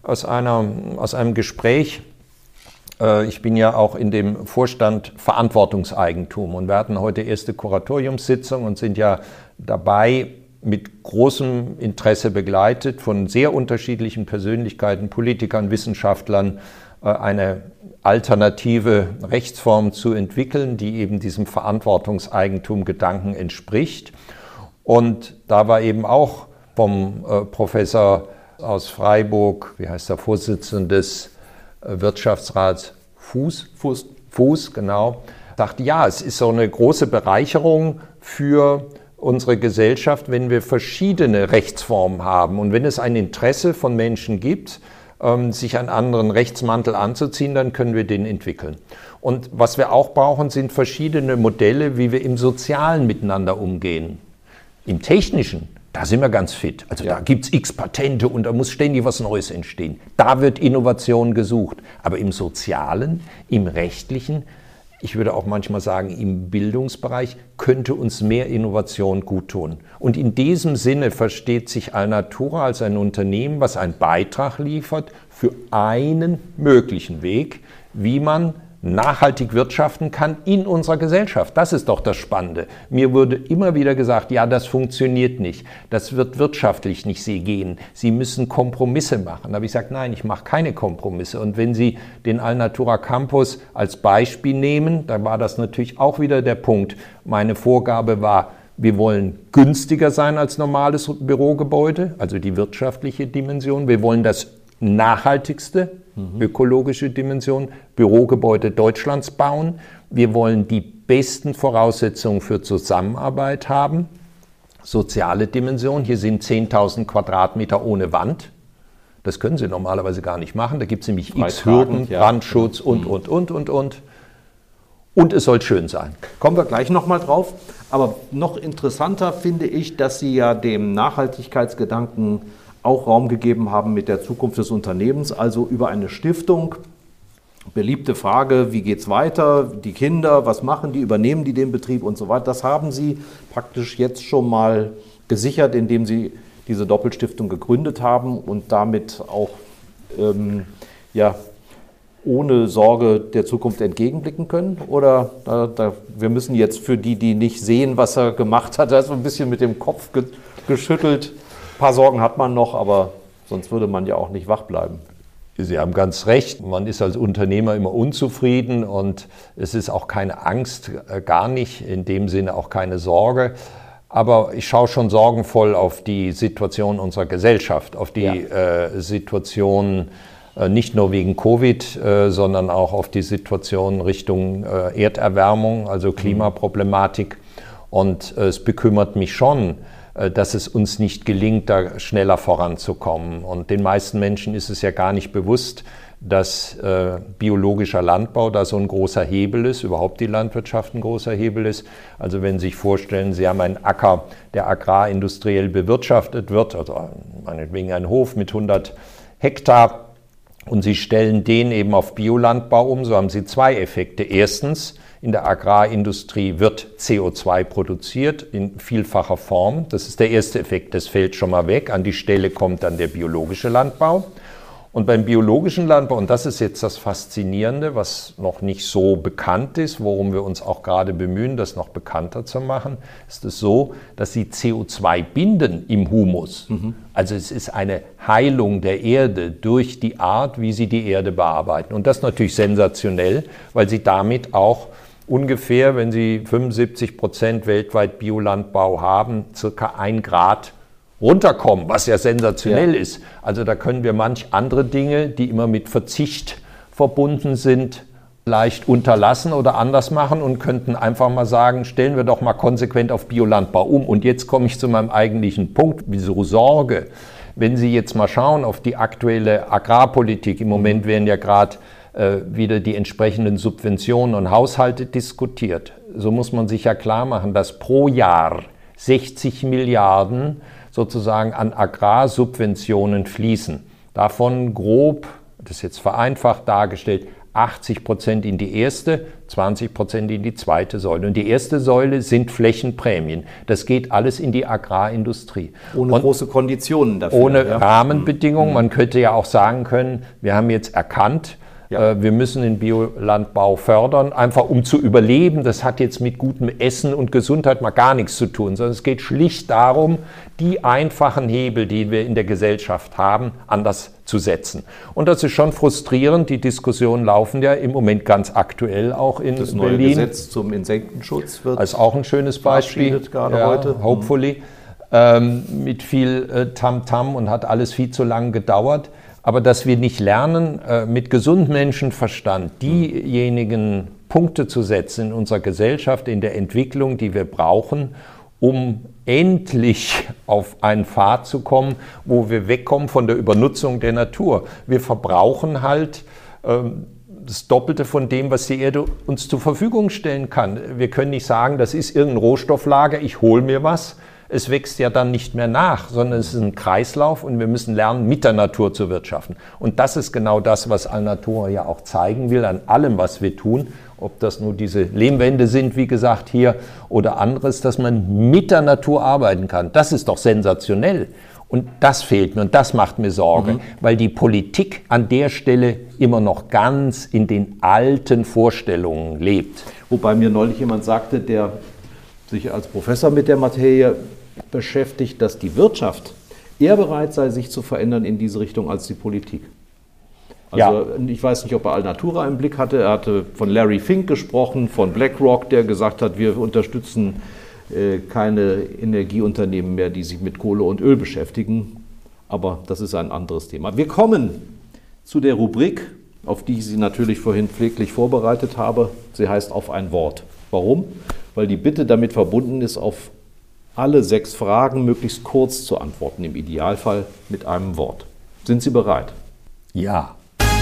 Speaker 4: Gespräch. Ich bin ja auch in dem Vorstand Verantwortungseigentum und wir hatten heute erste Kuratoriumssitzung und sind ja dabei, mit großem Interesse begleitet von sehr unterschiedlichen Persönlichkeiten, Politikern, Wissenschaftlern, eine alternative Rechtsform zu entwickeln, die eben diesem Verantwortungseigentum-Gedanken entspricht. Und da war eben auch vom Professor aus Freiburg, wie heißt der Vorsitzende des Wirtschaftsrats, Fuß, genau, sagte, ja, es ist so eine große Bereicherung für unsere Gesellschaft, wenn wir verschiedene Rechtsformen haben und wenn es ein Interesse von Menschen gibt, sich einen anderen Rechtsmantel anzuziehen, dann können wir den entwickeln. Und was wir auch brauchen, sind verschiedene Modelle, wie wir im Sozialen miteinander umgehen. Im Technischen, da sind wir ganz fit. Also da gibt es x Patente und da muss ständig was Neues entstehen. Da wird Innovation gesucht. Aber im Sozialen, im Rechtlichen, ich würde auch manchmal sagen, im Bildungsbereich könnte uns mehr Innovation guttun. Und in diesem Sinne versteht sich Alnatura als ein Unternehmen, was einen Beitrag liefert für einen möglichen Weg, wie man nachhaltig wirtschaften kann in unserer Gesellschaft. Das ist doch das Spannende. Mir wurde immer wieder gesagt, ja, das funktioniert nicht. Das wird wirtschaftlich nicht gehen. Sie müssen Kompromisse machen. Da habe ich gesagt, nein, ich mache keine Kompromisse. Und wenn Sie den Alnatura Campus als Beispiel nehmen, dann war das natürlich auch wieder der Punkt. Meine Vorgabe war, wir wollen günstiger sein als normales Bürogebäude, also die wirtschaftliche Dimension. Wir wollen das nachhaltigste, ökologische Dimension, Bürogebäude Deutschlands bauen. Wir wollen die besten Voraussetzungen für Zusammenarbeit haben. soziale Dimension. Hier sind 10.000 Quadratmeter ohne Wand. Das können Sie normalerweise gar nicht machen. Da gibt es nämlich x Hürden, Brandschutz und. Und es soll schön sein.
Speaker 3: Kommen wir gleich nochmal drauf. Aber noch interessanter finde ich, dass Sie ja dem Nachhaltigkeitsgedanken auch Raum gegeben haben mit der Zukunft des Unternehmens, also über eine Stiftung. Beliebte Frage, wie geht es weiter? Die Kinder, was machen die? Übernehmen die den Betrieb und so weiter? Das haben Sie praktisch jetzt schon mal gesichert, indem Sie diese Doppelstiftung gegründet haben und damit auch ohne Sorge der Zukunft entgegenblicken können? Oder wir müssen jetzt für die nicht sehen, was er gemacht hat, da ist so ein bisschen mit dem Kopf geschüttelt. Ein paar Sorgen hat man noch, aber sonst würde man ja auch nicht wach bleiben.
Speaker 4: Sie haben ganz recht, man ist als Unternehmer immer unzufrieden und es ist auch keine Angst, gar nicht, in dem Sinne auch keine Sorge. Aber ich schaue schon sorgenvoll auf die Situation unserer Gesellschaft, auf die Situation nicht nur wegen Covid, sondern auch auf die Situation Richtung Erderwärmung, also Klimaproblematik. Und es bekümmert mich schon, dass es uns nicht gelingt, da schneller voranzukommen. Und den meisten Menschen ist es ja gar nicht bewusst, dass biologischer Landbau da so ein großer Hebel ist, überhaupt die Landwirtschaft ein großer Hebel ist. Also wenn Sie sich vorstellen, Sie haben einen Acker, der agrarindustriell bewirtschaftet wird, also meinetwegen ein Hof mit 100 Hektar, und Sie stellen den eben auf Biolandbau um, so haben Sie zwei Effekte. Erstens, in der Agrarindustrie wird CO2 produziert in vielfacher Form. Das ist der erste Effekt, das fällt schon mal weg. An die Stelle kommt dann der biologische Landbau. Und beim biologischen Landbau, und das ist jetzt das Faszinierende, was noch nicht so bekannt ist, worum wir uns auch gerade bemühen, das noch bekannter zu machen, ist es so, dass sie CO2 binden im Humus. Also es ist eine Heilung der Erde durch die Art, wie sie die Erde bearbeiten. Und das ist natürlich sensationell, weil sie damit auch ungefähr, wenn sie 75% weltweit Biolandbau haben, circa 1 Grad runterkommen, was ja sensationell ist. Also da können wir manch andere Dinge, die immer mit Verzicht verbunden sind, leicht unterlassen oder anders machen und könnten einfach mal sagen, stellen wir doch mal konsequent auf Biolandbau um. Und jetzt komme ich zu meinem eigentlichen Punkt, wieso Sorge? Wenn Sie jetzt mal schauen auf die aktuelle Agrarpolitik, im Moment werden ja gerade wieder die entsprechenden Subventionen und Haushalte diskutiert. So muss man sich ja klar machen, dass pro Jahr 60 Milliarden sozusagen an Agrarsubventionen fließen. Davon grob, das ist jetzt vereinfacht dargestellt, 80% in die erste, 20% in die zweite Säule. Und die erste Säule sind Flächenprämien. Das geht alles in die Agrarindustrie.
Speaker 3: Ohne große Konditionen dafür.
Speaker 4: Ohne Rahmenbedingungen. Man könnte ja auch sagen können, wir haben jetzt erkannt, wir müssen den Biolandbau fördern, einfach um zu überleben. Das hat jetzt mit gutem Essen und Gesundheit mal gar nichts zu tun, sondern es geht schlicht darum, die einfachen Hebel, die wir in der Gesellschaft haben, anders zu setzen. Und das ist schon frustrierend. Die Diskussionen laufen ja im Moment ganz aktuell auch in Berlin.
Speaker 3: Das neue Gesetz zum Insektenschutz wird
Speaker 4: als auch ein schönes Beispiel,
Speaker 3: gerade heute.
Speaker 4: Hopefully, mit viel Tamtam und hat alles viel zu lang gedauert. Aber dass wir nicht lernen, mit gesundem Menschenverstand diejenigen Punkte zu setzen in unserer Gesellschaft, in der Entwicklung, die wir brauchen, um endlich auf einen Pfad zu kommen, wo wir wegkommen von der Übernutzung der Natur. Wir verbrauchen halt das Doppelte von dem, was die Erde uns zur Verfügung stellen kann. Wir können nicht sagen, das ist irgendein Rohstofflager, ich hole mir was. Es wächst ja dann nicht mehr nach, sondern es ist ein Kreislauf und wir müssen lernen, mit der Natur zu wirtschaften. Und das ist genau das, was Alnatura ja auch zeigen will an allem, was wir tun. Ob das nur diese Lehmwände sind, wie gesagt, hier oder anderes, dass man mit der Natur arbeiten kann. Das ist doch sensationell. Und das fehlt mir und das macht mir Sorge, weil die Politik an der Stelle immer noch ganz in den alten Vorstellungen lebt.
Speaker 3: Wobei mir neulich jemand sagte, der sich als Professor mit der Materie beschäftigt, dass die Wirtschaft eher bereit sei, sich zu verändern in diese Richtung als die Politik. Also ich weiß nicht, ob er Alnatura im Blick hatte. Er hatte von Larry Fink gesprochen, von BlackRock, der gesagt hat, wir unterstützen keine Energieunternehmen mehr, die sich mit Kohle und Öl beschäftigen. Aber das ist ein anderes Thema. Wir kommen zu der Rubrik, auf die ich Sie natürlich vorhin pfleglich vorbereitet habe. Sie heißt Auf ein Wort. Warum? Weil die Bitte damit verbunden ist, auf alle 6 Fragen möglichst kurz zu antworten, im Idealfall mit einem Wort. Sind Sie bereit?
Speaker 4: Ja.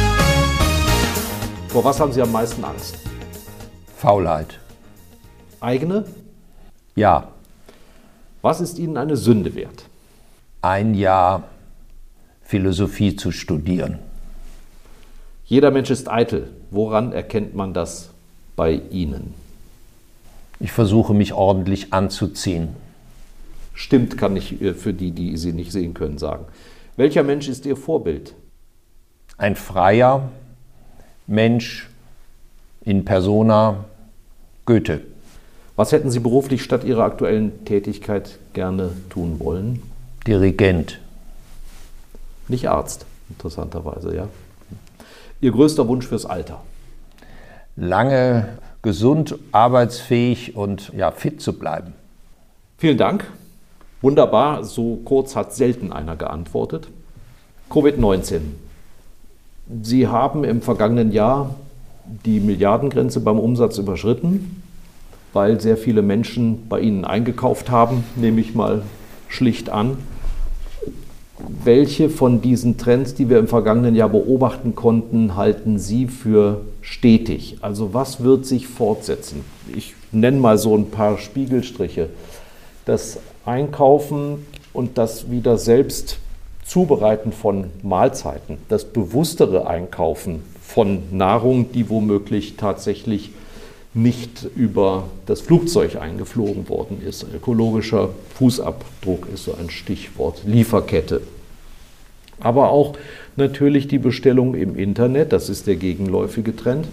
Speaker 3: Vor was haben Sie am meisten Angst?
Speaker 4: Faulheit.
Speaker 3: Eigene?
Speaker 4: Ja.
Speaker 3: Was ist Ihnen eine Sünde wert?
Speaker 4: 1 Jahr Philosophie zu studieren.
Speaker 3: Jeder Mensch ist eitel. Woran erkennt man das bei Ihnen?
Speaker 4: Ich versuche, mich ordentlich anzuziehen.
Speaker 3: Stimmt, kann ich für die, die Sie nicht sehen können, sagen. Welcher Mensch ist Ihr Vorbild?
Speaker 4: Ein freier Mensch in persona, Goethe.
Speaker 3: Was hätten Sie beruflich statt Ihrer aktuellen Tätigkeit gerne tun wollen?
Speaker 4: Dirigent.
Speaker 3: Nicht Arzt, interessanterweise, ja. Ihr größter Wunsch fürs Alter?
Speaker 4: Lange gesund, arbeitsfähig und ja, fit zu bleiben.
Speaker 3: Vielen Dank. Wunderbar, so kurz hat selten einer geantwortet. Covid-19. Sie haben im vergangenen Jahr die Milliardengrenze beim Umsatz überschritten, weil sehr viele Menschen bei Ihnen eingekauft haben, nehme ich mal schlicht an. Welche von diesen Trends, die wir im vergangenen Jahr beobachten konnten, halten Sie für stetig? Also was wird sich fortsetzen? Ich nenne mal so ein paar Spiegelstriche. Das Einkaufen und das wieder selbst Zubereiten von Mahlzeiten, das bewusstere Einkaufen von Nahrung, die womöglich tatsächlich nicht über das Flugzeug eingeflogen worden ist. Ökologischer Fußabdruck ist so ein Stichwort, Lieferkette. Aber auch natürlich die Bestellung im Internet, das ist der gegenläufige Trend.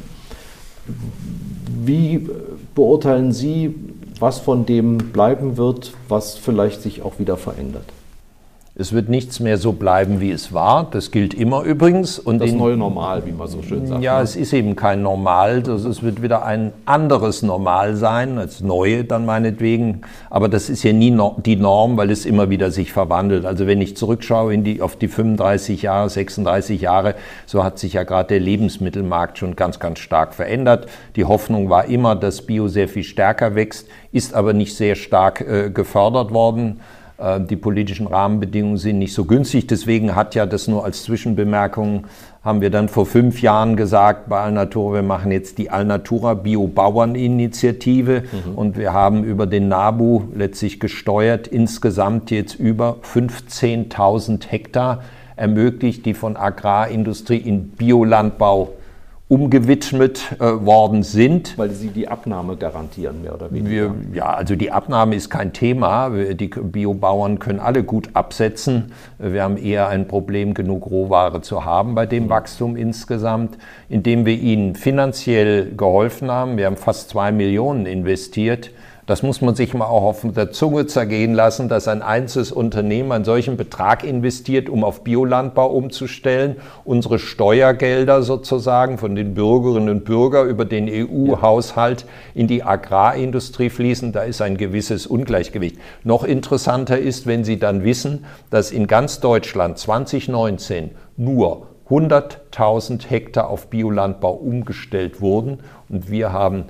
Speaker 3: Wie beurteilen Sie, was von dem bleiben wird, was vielleicht sich auch wieder verändert?
Speaker 4: Es wird nichts mehr so bleiben, wie es war. Das gilt immer übrigens. Und
Speaker 3: das neue Normal, wie man so schön sagt.
Speaker 4: Ja, es ist eben kein Normal. Es wird wieder ein anderes Normal sein, als neue dann meinetwegen. Aber das ist ja nie die Norm, weil es immer wieder sich verwandelt. Also wenn ich zurückschaue auf die 35 Jahre, 36 Jahre, so hat sich ja gerade der Lebensmittelmarkt schon ganz, ganz stark verändert. Die Hoffnung war immer, dass Bio sehr viel stärker wächst, ist aber nicht sehr stark gefördert worden. Die politischen Rahmenbedingungen sind nicht so günstig. Deswegen hat ja das nur als Zwischenbemerkung, haben wir dann vor 5 Jahren gesagt bei Alnatura, wir machen jetzt die Alnatura Bio-Bauern-Initiative und wir haben über den NABU letztlich gesteuert, insgesamt jetzt über 15.000 Hektar ermöglicht, die von Agrarindustrie in Biolandbau umgewidmet worden sind.
Speaker 3: Weil Sie die Abnahme garantieren, mehr oder weniger?
Speaker 4: Also die Abnahme ist kein Thema. Die Biobauern können alle gut absetzen. Wir haben eher ein Problem, genug Rohware zu haben bei dem Wachstum insgesamt, indem wir ihnen finanziell geholfen haben. Wir haben fast 2 Millionen investiert. Das muss man sich mal auch auf der Zunge zergehen lassen, dass ein einzelnes Unternehmen einen solchen Betrag investiert, um auf Biolandbau umzustellen. Unsere Steuergelder sozusagen von den Bürgerinnen und Bürgern über den EU-Haushalt in die Agrarindustrie fließen. Da ist ein gewisses Ungleichgewicht. Noch interessanter ist, wenn Sie dann wissen, dass in ganz Deutschland 2019 nur 100.000 Hektar auf Biolandbau umgestellt wurden und wir haben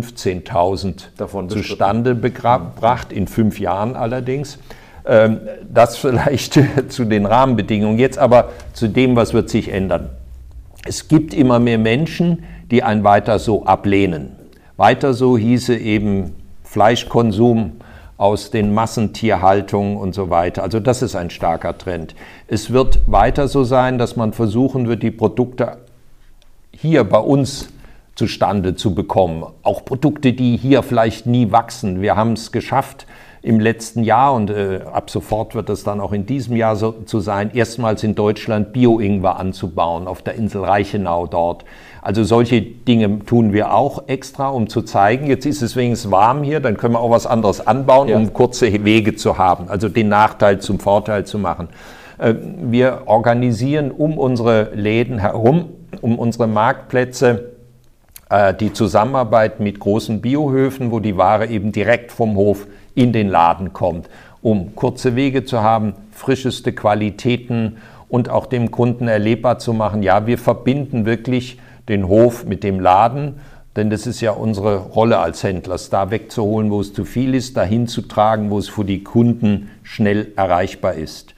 Speaker 4: 15.000 zustande gebracht, in 5 Jahren allerdings. Das vielleicht zu den Rahmenbedingungen. Jetzt aber zu dem, was wird sich ändern. Es gibt immer mehr Menschen, die ein Weiter so ablehnen. Weiter so hieße eben Fleischkonsum aus den Massentierhaltungen und so weiter. Also das ist ein starker Trend. Es wird weiter so sein, dass man versuchen wird, die Produkte hier bei uns zustande zu bekommen. Auch Produkte, die hier vielleicht nie wachsen. Wir haben es geschafft im letzten Jahr und ab sofort wird es dann auch in diesem Jahr so zu sein, erstmals in Deutschland Bio-Ingwer anzubauen, auf der Insel Reichenau dort. Also solche Dinge tun wir auch extra, um zu zeigen, jetzt ist es wenigstens warm hier, dann können wir auch was anderes anbauen, um kurze Wege zu haben, also den Nachteil zum Vorteil zu machen. Wir organisieren um unsere Läden herum, um unsere Marktplätze, die Zusammenarbeit mit großen Biohöfen, wo die Ware eben direkt vom Hof in den Laden kommt, um kurze Wege zu haben, frischeste Qualitäten und auch dem Kunden erlebbar zu machen. Ja, wir verbinden wirklich den Hof mit dem Laden. Denn das ist ja unsere Rolle als Händler, es da wegzuholen, wo es zu viel ist, dahin zu tragen, wo es für die Kunden schnell erreichbar ist.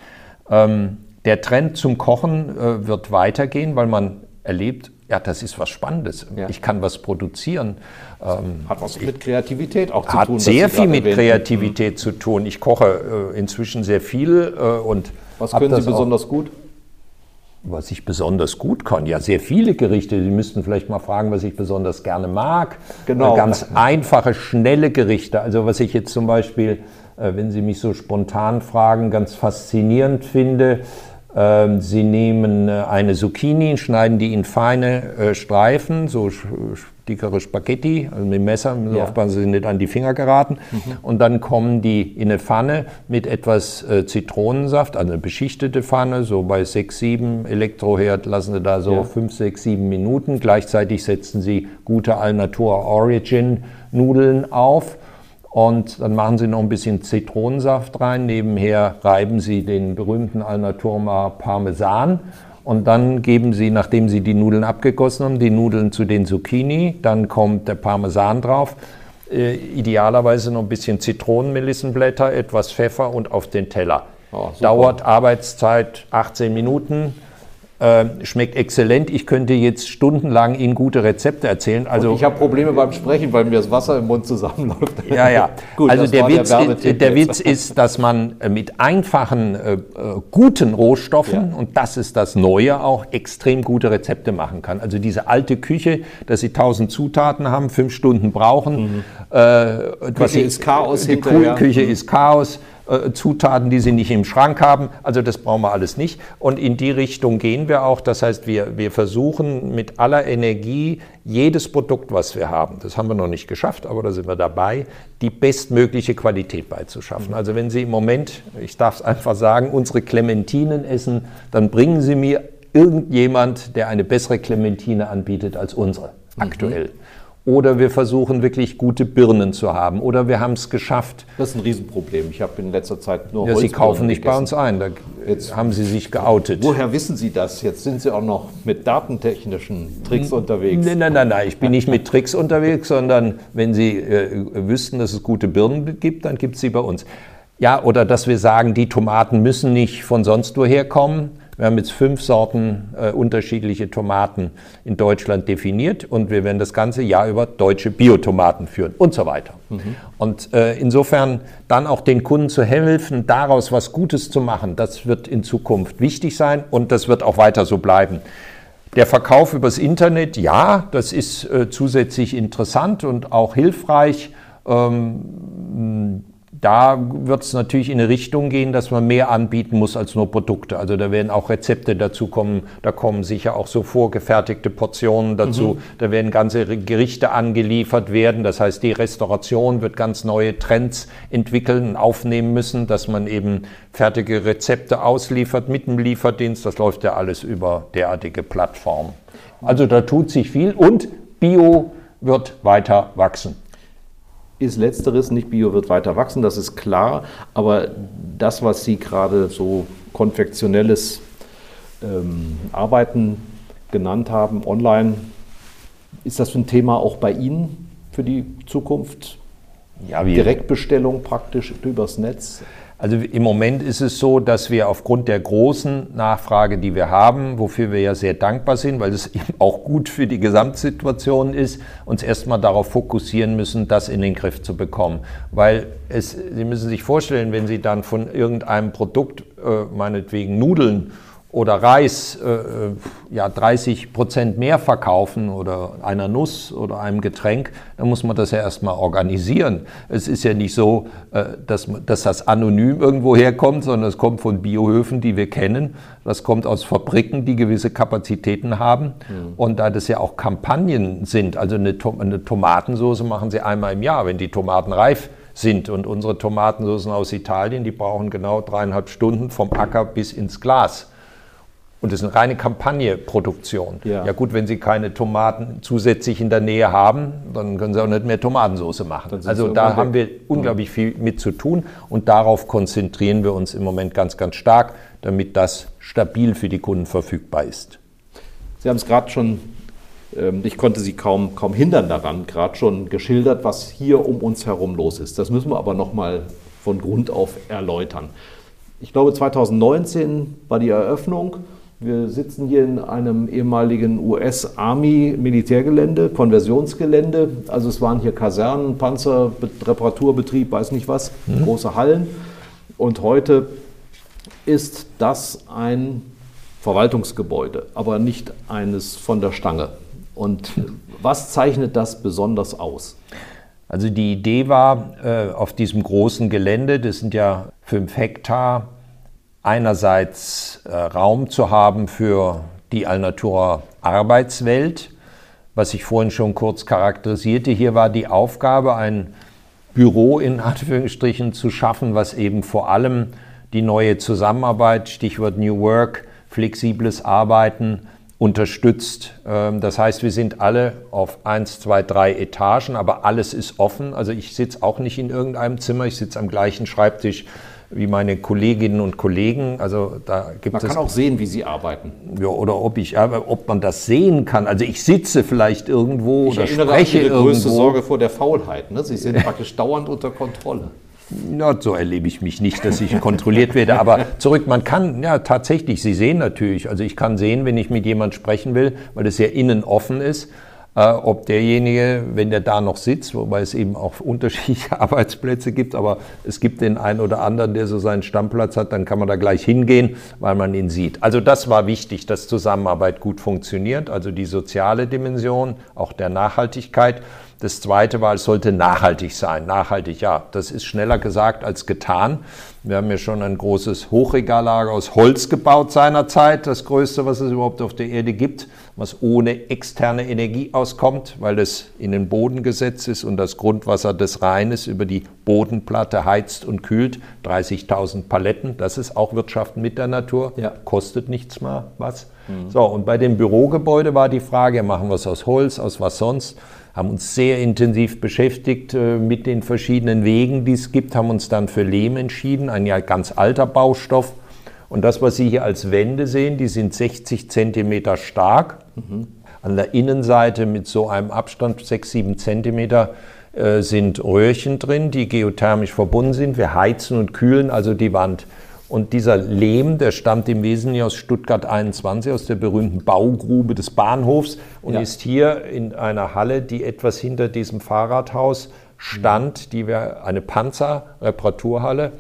Speaker 4: Der Trend zum Kochen wird weitergehen, weil man erlebt, ja, das ist was Spannendes. Ja. Ich kann was produzieren.
Speaker 3: Hat was mit Kreativität auch zu tun.
Speaker 4: Hat sehr viel mit Kreativität zu tun. Ich koche inzwischen sehr viel. Und
Speaker 3: was können Sie besonders gut?
Speaker 4: Was ich besonders gut kann? Ja, sehr viele Gerichte. Sie müssten vielleicht mal fragen, was ich besonders gerne mag.
Speaker 3: Genau.
Speaker 4: Ganz einfache, schnelle Gerichte. Also was ich jetzt zum Beispiel, wenn Sie mich so spontan fragen, ganz faszinierend finde, Sie nehmen eine Zucchini, schneiden die in feine Streifen, so dickere Spaghetti, also mit dem Messer, müssen Sie aufpassen, dass Sie nicht an die Finger geraten. Und dann kommen die in eine Pfanne mit etwas Zitronensaft, also eine beschichtete Pfanne, so bei 6, 7 Elektroherd lassen Sie da so 5, 6, 7 Minuten. Gleichzeitig setzen Sie gute Alnatura Origin Nudeln auf. Und dann machen Sie noch ein bisschen Zitronensaft rein. Nebenher reiben Sie den berühmten Alnatura Parmesan. Und dann geben Sie, nachdem Sie die Nudeln abgegossen haben, die Nudeln zu den Zucchini. Dann kommt der Parmesan drauf. Idealerweise noch ein bisschen Zitronenmelissenblätter, etwas Pfeffer und auf den Teller. Oh, dauert Arbeitszeit 18 Minuten. Schmeckt exzellent. Ich könnte jetzt stundenlang Ihnen gute Rezepte erzählen. Also
Speaker 3: ich habe Probleme beim Sprechen, weil mir das Wasser im Mund zusammenläuft.
Speaker 4: Ja. Gut, also der Witz ist, dass man mit einfachen, guten Rohstoffen, und das ist das Neue, auch extrem gute Rezepte machen kann. Also diese alte Küche, dass Sie 1000 Zutaten haben, 5 Stunden brauchen.
Speaker 3: Küche ist Chaos hinterher.
Speaker 4: Küche ist Chaos. Zutaten, die Sie nicht im Schrank haben. Also das brauchen wir alles nicht. Und in die Richtung gehen wir auch. Das heißt, wir versuchen mit aller Energie, jedes Produkt, was wir haben, das haben wir noch nicht geschafft, aber da sind wir dabei, die bestmögliche Qualität beizuschaffen. Also wenn Sie im Moment, ich darf es einfach sagen, unsere Clementinen essen, dann bringen Sie mir irgendjemand, der eine bessere Clementine anbietet als unsere, aktuell. Oder wir versuchen wirklich gute Birnen zu haben. Oder wir haben es geschafft.
Speaker 3: Das ist ein Riesenproblem. Ich habe in letzter Zeit nur
Speaker 4: Sie kaufen nicht bei uns ein. Da jetzt haben Sie sich geoutet.
Speaker 3: Woher wissen Sie das? Jetzt sind Sie auch noch mit datentechnischen Tricks unterwegs.
Speaker 4: Nein. Ich bin nicht mit Tricks unterwegs, sondern wenn Sie wüssten, dass es gute Birnen gibt, dann gibt es sie bei uns. Ja, oder dass wir sagen, die Tomaten müssen nicht von sonst woher kommen. Wir haben jetzt 5 Sorten unterschiedliche Tomaten in Deutschland definiert und wir werden das ganze Jahr über deutsche Biotomaten führen und so weiter. Und insofern dann auch den Kunden zu helfen, daraus was Gutes zu machen, das wird in Zukunft wichtig sein und das wird auch weiter so bleiben. Der Verkauf übers Internet, ja, das ist zusätzlich interessant und auch hilfreich. Da wird es natürlich in eine Richtung gehen, dass man mehr anbieten muss als nur Produkte. Also da werden auch Rezepte dazu kommen, da kommen sicher auch so vorgefertigte Portionen dazu, da werden ganze Gerichte angeliefert werden. Das heißt, die Restauration wird ganz neue Trends entwickeln und aufnehmen müssen, dass man eben fertige Rezepte ausliefert mit dem Lieferdienst. Das läuft ja alles über derartige Plattformen. Also da tut sich viel und Bio wird weiter wachsen.
Speaker 3: Ist Letzteres, nicht Bio wird weiter wachsen, das ist klar. Aber das, was Sie gerade so konfektionelles Arbeiten genannt haben, online, ist das ein Thema auch bei Ihnen für die Zukunft? Ja, Direktbestellung praktisch übers Netz?
Speaker 4: Also im Moment ist es so, dass wir aufgrund der großen Nachfrage, die wir haben, wofür wir ja sehr dankbar sind, weil es eben auch gut für die Gesamtsituation ist, uns erstmal darauf fokussieren müssen, das in den Griff zu bekommen. Weil Sie müssen sich vorstellen, wenn Sie dann von irgendeinem Produkt, meinetwegen Nudeln oder Reis, 30% mehr verkaufen oder einer Nuss oder einem Getränk, dann muss man das ja erstmal organisieren. Es ist ja nicht so, dass das anonym irgendwo herkommt, sondern es kommt von Biohöfen, die wir kennen. Das kommt aus Fabriken, die gewisse Kapazitäten haben. Und da das ja auch Kampagnen sind, also eine Tomatensauce machen Sie einmal im Jahr, wenn die Tomaten reif sind. Und unsere Tomatensoßen aus Italien, die brauchen genau 3,5 Stunden vom Acker bis ins Glas. Und das ist eine reine Kampagneproduktion. Ja gut, wenn Sie keine Tomaten zusätzlich in der Nähe haben, dann können Sie auch nicht mehr Tomatensauce machen. Also da haben wir unglaublich viel mit zu tun und darauf konzentrieren wir uns im Moment ganz, ganz stark, damit das stabil für die Kunden verfügbar ist.
Speaker 3: Sie haben es gerade schon Ich konnte sie kaum hindern daran, gerade schon geschildert, was hier um uns herum los ist. Das müssen wir aber nochmal von Grund auf erläutern. Ich glaube, 2019 war die Eröffnung. Wir sitzen hier in einem ehemaligen US-Army-Militärgelände, Konversionsgelände. Also es waren hier Kasernen, Panzer, Reparaturbetrieb, weiß nicht was, große Hallen. Und heute ist das ein Verwaltungsgebäude, aber nicht eines von der Stange. Und was zeichnet das besonders aus?
Speaker 4: Also die Idee war, auf diesem großen Gelände, das sind ja 5 Hektar, einerseits Raum zu haben für die Alnatura Arbeitswelt, was ich vorhin schon kurz charakterisierte. Hier war die Aufgabe, ein Büro in Anführungsstrichen zu schaffen, was eben vor allem die neue Zusammenarbeit, Stichwort New Work, flexibles Arbeiten unterstützt. Das heißt, wir sind alle auf 1, 2, 3 Etagen, aber alles ist offen. Also ich sitze auch nicht in irgendeinem Zimmer, ich sitze am gleichen Schreibtisch wie meine Kolleginnen und Kollegen. Also da gibt es.
Speaker 3: Man kann auch sehen, wie sie arbeiten.
Speaker 4: Ja, oder ob man das sehen kann. Also ich sitze vielleicht irgendwo oder spreche
Speaker 3: Ihre
Speaker 4: irgendwo.
Speaker 3: Größte Sorge vor der Faulheit. Ne? Sie sind praktisch dauernd unter Kontrolle.
Speaker 4: Ja, so erlebe ich mich nicht, dass ich kontrolliert werde. Aber zurück, man kann, ja tatsächlich, Sie sehen natürlich, also ich kann sehen, wenn ich mit jemandem sprechen will, weil es ja innen offen ist, ob derjenige, wenn der da noch sitzt, wobei es eben auch unterschiedliche Arbeitsplätze gibt, aber es gibt den einen oder anderen, der so seinen Stammplatz hat, dann kann man da gleich hingehen, weil man ihn sieht. Also das war wichtig, dass Zusammenarbeit gut funktioniert, also die soziale Dimension, auch der Nachhaltigkeit. Das Zweite war, es sollte nachhaltig sein. Nachhaltig, ja, das ist schneller gesagt als getan. Wir haben ja schon ein großes Hochregallager aus Holz gebaut seinerzeit, das größte, was es überhaupt auf der Erde gibt, was ohne externe Energie auskommt, weil es in den Boden gesetzt ist und das Grundwasser des Rheines über die Bodenplatte heizt und kühlt. 30.000 Paletten, das ist auch Wirtschaften mit der Natur, ja. Kostet nichts mal was. So, und bei dem Bürogebäude war die Frage, machen wir es aus Holz, aus was sonst? Haben uns sehr intensiv beschäftigt mit den verschiedenen Wegen, die es gibt, haben uns dann für Lehm entschieden, ein ja ganz alter Baustoff. Und das, was Sie hier als Wände sehen, die sind 60 Zentimeter stark. An der Innenseite mit so einem Abstand 6, 7 Zentimeter sind Röhrchen drin, die geothermisch verbunden sind. Wir heizen und kühlen also die Wand. Und dieser Lehm, der stammt im Wesentlichen aus Stuttgart 21, aus der berühmten Baugrube des Bahnhofs und ist hier in einer Halle, die etwas hinter diesem Fahrradhaus stand, die wäre eine Panzerreparaturhalle.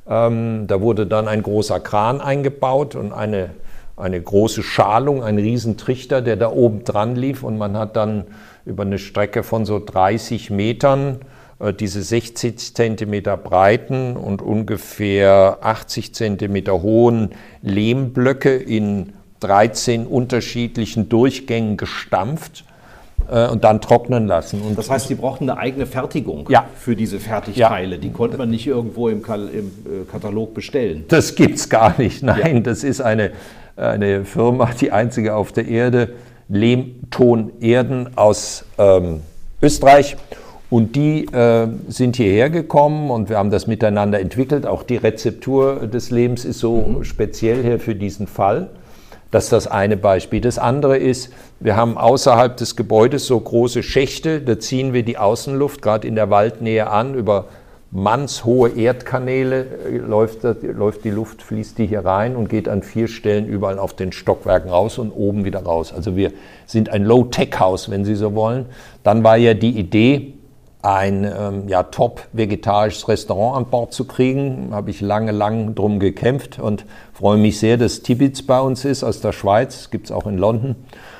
Speaker 4: Da wurde dann ein großer Kran eingebaut und eine große Schalung, ein Riesentrichter, der da oben dran lief und man hat dann über eine Strecke von so 30 Metern diese 60 Zentimeter breiten und ungefähr 80 Zentimeter hohen Lehmblöcke in 13 unterschiedlichen Durchgängen gestampft und dann trocknen lassen. Und
Speaker 3: das heißt, Sie brauchten eine eigene Fertigung für diese Fertigteile. Die konnte man nicht irgendwo im Katalog bestellen.
Speaker 4: Das gibt es gar nicht. Nein, das ist eine Firma, die einzige auf der Erde, Lehmton Erden aus Österreich. Und die sind hierher gekommen und wir haben das miteinander entwickelt. Auch die Rezeptur des Lehms ist so speziell hier für diesen Fall. Das ist das eine Beispiel. Das andere ist, wir haben außerhalb des Gebäudes so große Schächte. Da ziehen wir die Außenluft gerade in der Waldnähe an. Über mannshohe Erdkanäle läuft die Luft, fließt die hier rein und geht an 4 Stellen überall auf den Stockwerken raus und oben wieder raus. Also wir sind ein Low-Tech-Haus, wenn Sie so wollen. Dann war ja die Idee, ein top-vegetarisches Restaurant an Bord zu kriegen. Habe ich lange drum gekämpft und freue mich sehr, dass Tibitz bei uns ist aus der Schweiz. Gibt es auch in London.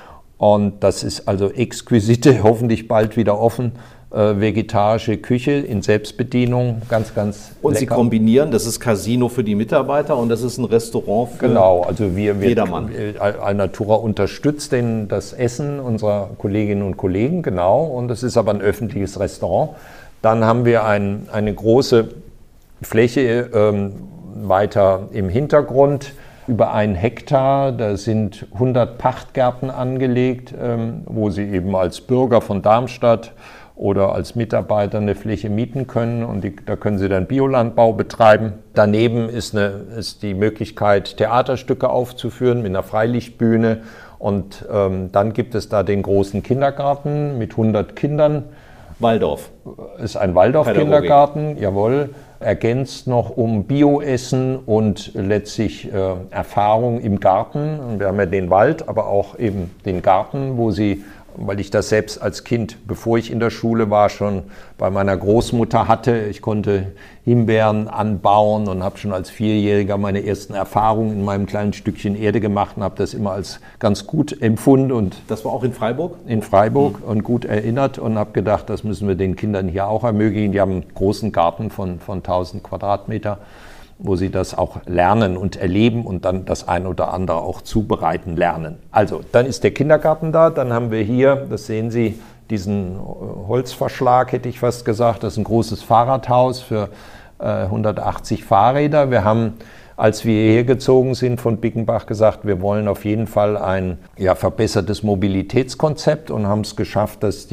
Speaker 4: Und das ist also exquisite, hoffentlich bald wieder offen, vegetarische Küche in Selbstbedienung, ganz
Speaker 3: und
Speaker 4: lecker.
Speaker 3: Sie kombinieren, das ist Casino für die Mitarbeiter und das ist ein Restaurant für
Speaker 4: also
Speaker 3: jedermann.
Speaker 4: Alnatura unterstützt das Essen unserer Kolleginnen und Kollegen, genau, und es ist aber ein öffentliches Restaurant. Dann haben wir eine große Fläche weiter im Hintergrund, über 1 Hektar, da sind 100 Pachtgärten angelegt, wo Sie eben als Bürger von Darmstadt oder als Mitarbeiter eine Fläche mieten können und da können Sie dann Biolandbau betreiben. Daneben ist die Möglichkeit, Theaterstücke aufzuführen mit einer Freilichtbühne Und dann gibt es da den großen Kindergarten mit 100 Kindern.
Speaker 3: Waldorf.
Speaker 4: Ist ein Waldorf-Kindergarten, jawohl. Ergänzt noch um Bioessen und letztlich Erfahrung im Garten. Und wir haben ja den Wald, aber auch eben den Garten, wo sie, weil ich das selbst als Kind, bevor ich in der Schule war, schon bei meiner Großmutter hatte. Ich konnte Himbeeren anbauen und habe schon als Vierjähriger meine ersten Erfahrungen in meinem kleinen Stückchen Erde gemacht und habe das immer als ganz gut empfunden. Und
Speaker 3: das war auch in Freiburg?
Speaker 4: In Freiburg und gut erinnert und habe gedacht, das müssen wir den Kindern hier auch ermöglichen. Die haben einen großen Garten von 1000 Quadratmeter, wo sie das auch lernen und erleben und dann das ein oder andere auch zubereiten lernen. Also, dann ist der Kindergarten da, dann haben wir hier, das sehen Sie, diesen Holzverschlag, hätte ich fast gesagt, das ist ein großes Fahrradhaus für 180 Fahrräder. Wir haben, als wir hierher gezogen sind, von Bickenbach gesagt, wir wollen auf jeden Fall ein verbessertes Mobilitätskonzept und haben es geschafft, dass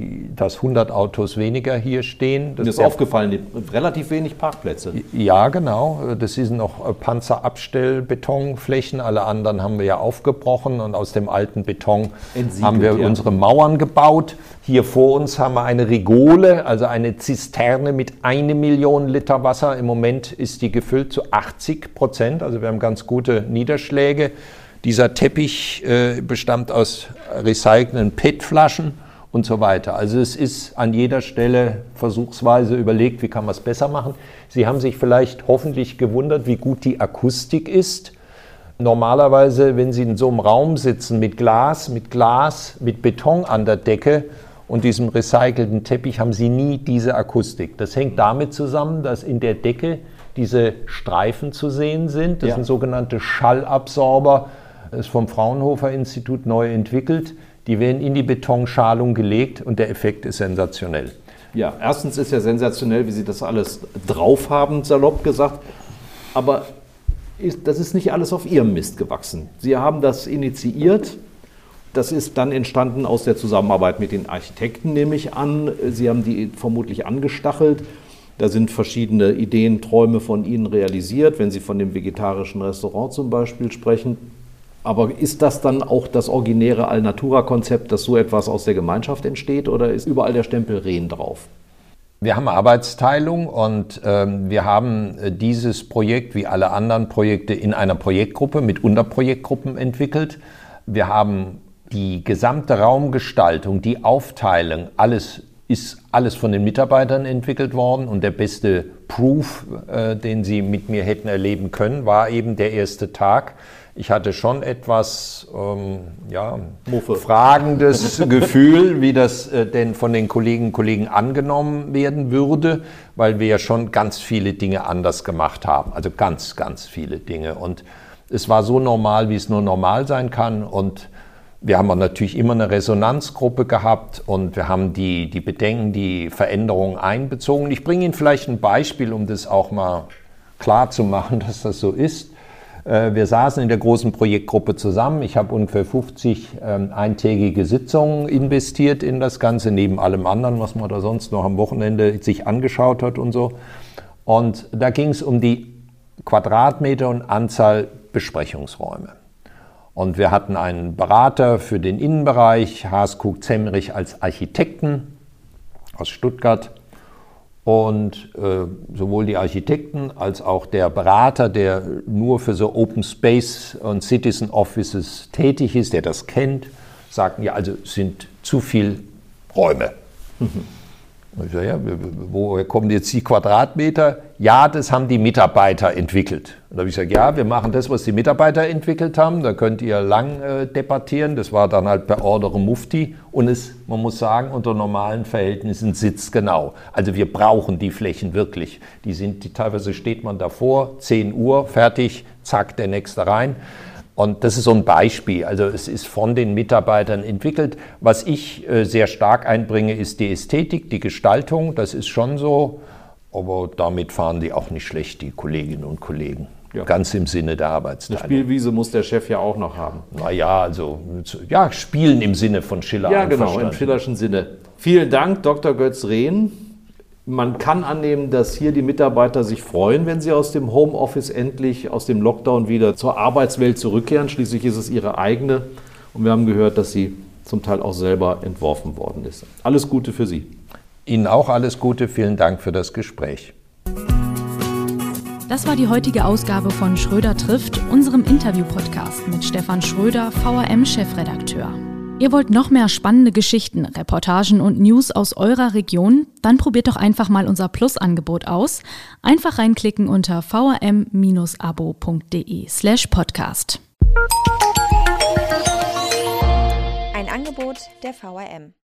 Speaker 4: 100 Autos weniger hier stehen.
Speaker 3: Mir ist aufgefallen, relativ wenig Parkplätze.
Speaker 4: Ja, genau. Das sind noch Panzerabstellbetonflächen. Alle anderen haben wir ja aufgebrochen und aus dem alten Beton haben wir unsere Mauern gebaut. Hier vor uns haben wir eine Rigole, also eine Zisterne mit 1 Million Liter Wasser. Im Moment ist die gefüllt zu 80%, also wir haben ganz gute Niederschläge. Dieser Teppich bestammt aus recycelten PET-Flaschen und so weiter. Also es ist an jeder Stelle versuchsweise überlegt, wie kann man es besser machen. Sie haben sich vielleicht hoffentlich gewundert, wie gut die Akustik ist. Normalerweise, wenn Sie in so einem Raum sitzen mit Glas, mit Beton an der Decke und diesem recycelten Teppich, haben Sie nie diese Akustik. Das hängt damit zusammen, dass in der Decke diese Streifen zu sehen sind. Das sind sogenannte Schallabsorber. Das ist vom Fraunhofer-Institut neu entwickelt. Die werden in die Betonschalung gelegt und der Effekt ist sensationell.
Speaker 3: Ja, erstens ist ja sensationell, wie Sie das alles drauf haben, salopp gesagt. Aber das ist nicht alles auf Ihrem Mist gewachsen. Sie haben das initiiert. Das ist dann entstanden aus der Zusammenarbeit mit den Architekten, nehme ich an. Sie haben die vermutlich angestachelt. Da sind verschiedene Ideen, Träume von Ihnen realisiert, wenn Sie von dem vegetarischen Restaurant zum Beispiel sprechen. Aber ist das dann auch das originäre Alnatura-Konzept, dass so etwas aus der Gemeinschaft entsteht, oder ist überall der Stempel Rehn drauf?
Speaker 4: Wir haben Arbeitsteilung und wir haben dieses Projekt wie alle anderen Projekte in einer Projektgruppe mit Unterprojektgruppen entwickelt. Wir haben die gesamte Raumgestaltung, die Aufteilung, ist alles von den Mitarbeitern entwickelt worden und der beste Proof, den sie mit mir hätten erleben können, war eben der erste Tag. Ich hatte schon etwas fragendes Gefühl, wie das denn von den Kolleginnen und Kollegen angenommen werden würde, weil wir ja schon ganz viele Dinge anders gemacht haben, also ganz, ganz viele Dinge. Und es war so normal, wie es nur normal sein kann. Und wir haben natürlich immer eine Resonanzgruppe gehabt und wir haben die Bedenken, die Veränderungen einbezogen. Ich bringe Ihnen vielleicht ein Beispiel, um das auch mal klar zu machen, dass das so ist. Wir saßen in der großen Projektgruppe zusammen. Ich habe ungefähr 50 eintägige Sitzungen investiert in das Ganze, neben allem anderen, was man da sonst noch am Wochenende sich angeschaut hat und so. Und da ging es um die Quadratmeter und Anzahl Besprechungsräume. Und wir hatten einen Berater für den Innenbereich, Haas-Cook-Zemmerich als Architekten aus Stuttgart. Und sowohl die Architekten als auch der Berater, der nur für so Open Space und Citizen Offices tätig ist, der das kennt, sagten, ja, also es sind zu viele Räume. Und ich sage, ja, woher kommen jetzt die Quadratmeter? Ja, das haben die Mitarbeiter entwickelt. Und da habe ich gesagt, ja, wir machen das, was die Mitarbeiter entwickelt haben. Da könnt ihr lang debattieren. Das war dann halt per Ordre Mufti. Und man muss sagen, unter normalen Verhältnissen sitzt genau. Also wir brauchen die Flächen wirklich. Teilweise steht man davor, 10 Uhr, fertig, zack, der nächste rein. Und das ist so ein Beispiel, also es ist von den Mitarbeitern entwickelt. Was ich sehr stark einbringe, ist die Ästhetik, die Gestaltung, das ist schon so, aber damit fahren die auch nicht schlecht, die Kolleginnen und Kollegen. Ja. Ganz im Sinne der Arbeitsteilung.
Speaker 3: Eine Spielwiese muss der Chef ja auch noch haben.
Speaker 4: Naja, spielen im Sinne von Schiller.
Speaker 3: Ja, genau, im schillerschen Sinne. Vielen Dank, Dr. Götz Rehn. Man kann annehmen, dass hier die Mitarbeiter sich freuen, wenn sie aus dem Homeoffice endlich, aus dem Lockdown wieder zur Arbeitswelt zurückkehren. Schließlich ist es ihre eigene Und wir haben gehört, dass sie zum Teil auch selber entworfen worden ist. Alles Gute für Sie.
Speaker 4: Ihnen auch alles Gute. Vielen Dank für das Gespräch.
Speaker 5: Das war die heutige Ausgabe von Schröder trifft, unserem Interview-Podcast mit Stefan Schröder, VRM-Chefredakteur. Ihr wollt noch mehr spannende Geschichten, Reportagen und News aus eurer Region? Dann probiert doch einfach mal unser Plus-Angebot aus. Einfach reinklicken unter vrm-abo.de/podcast.
Speaker 2: Ein Angebot der VRM.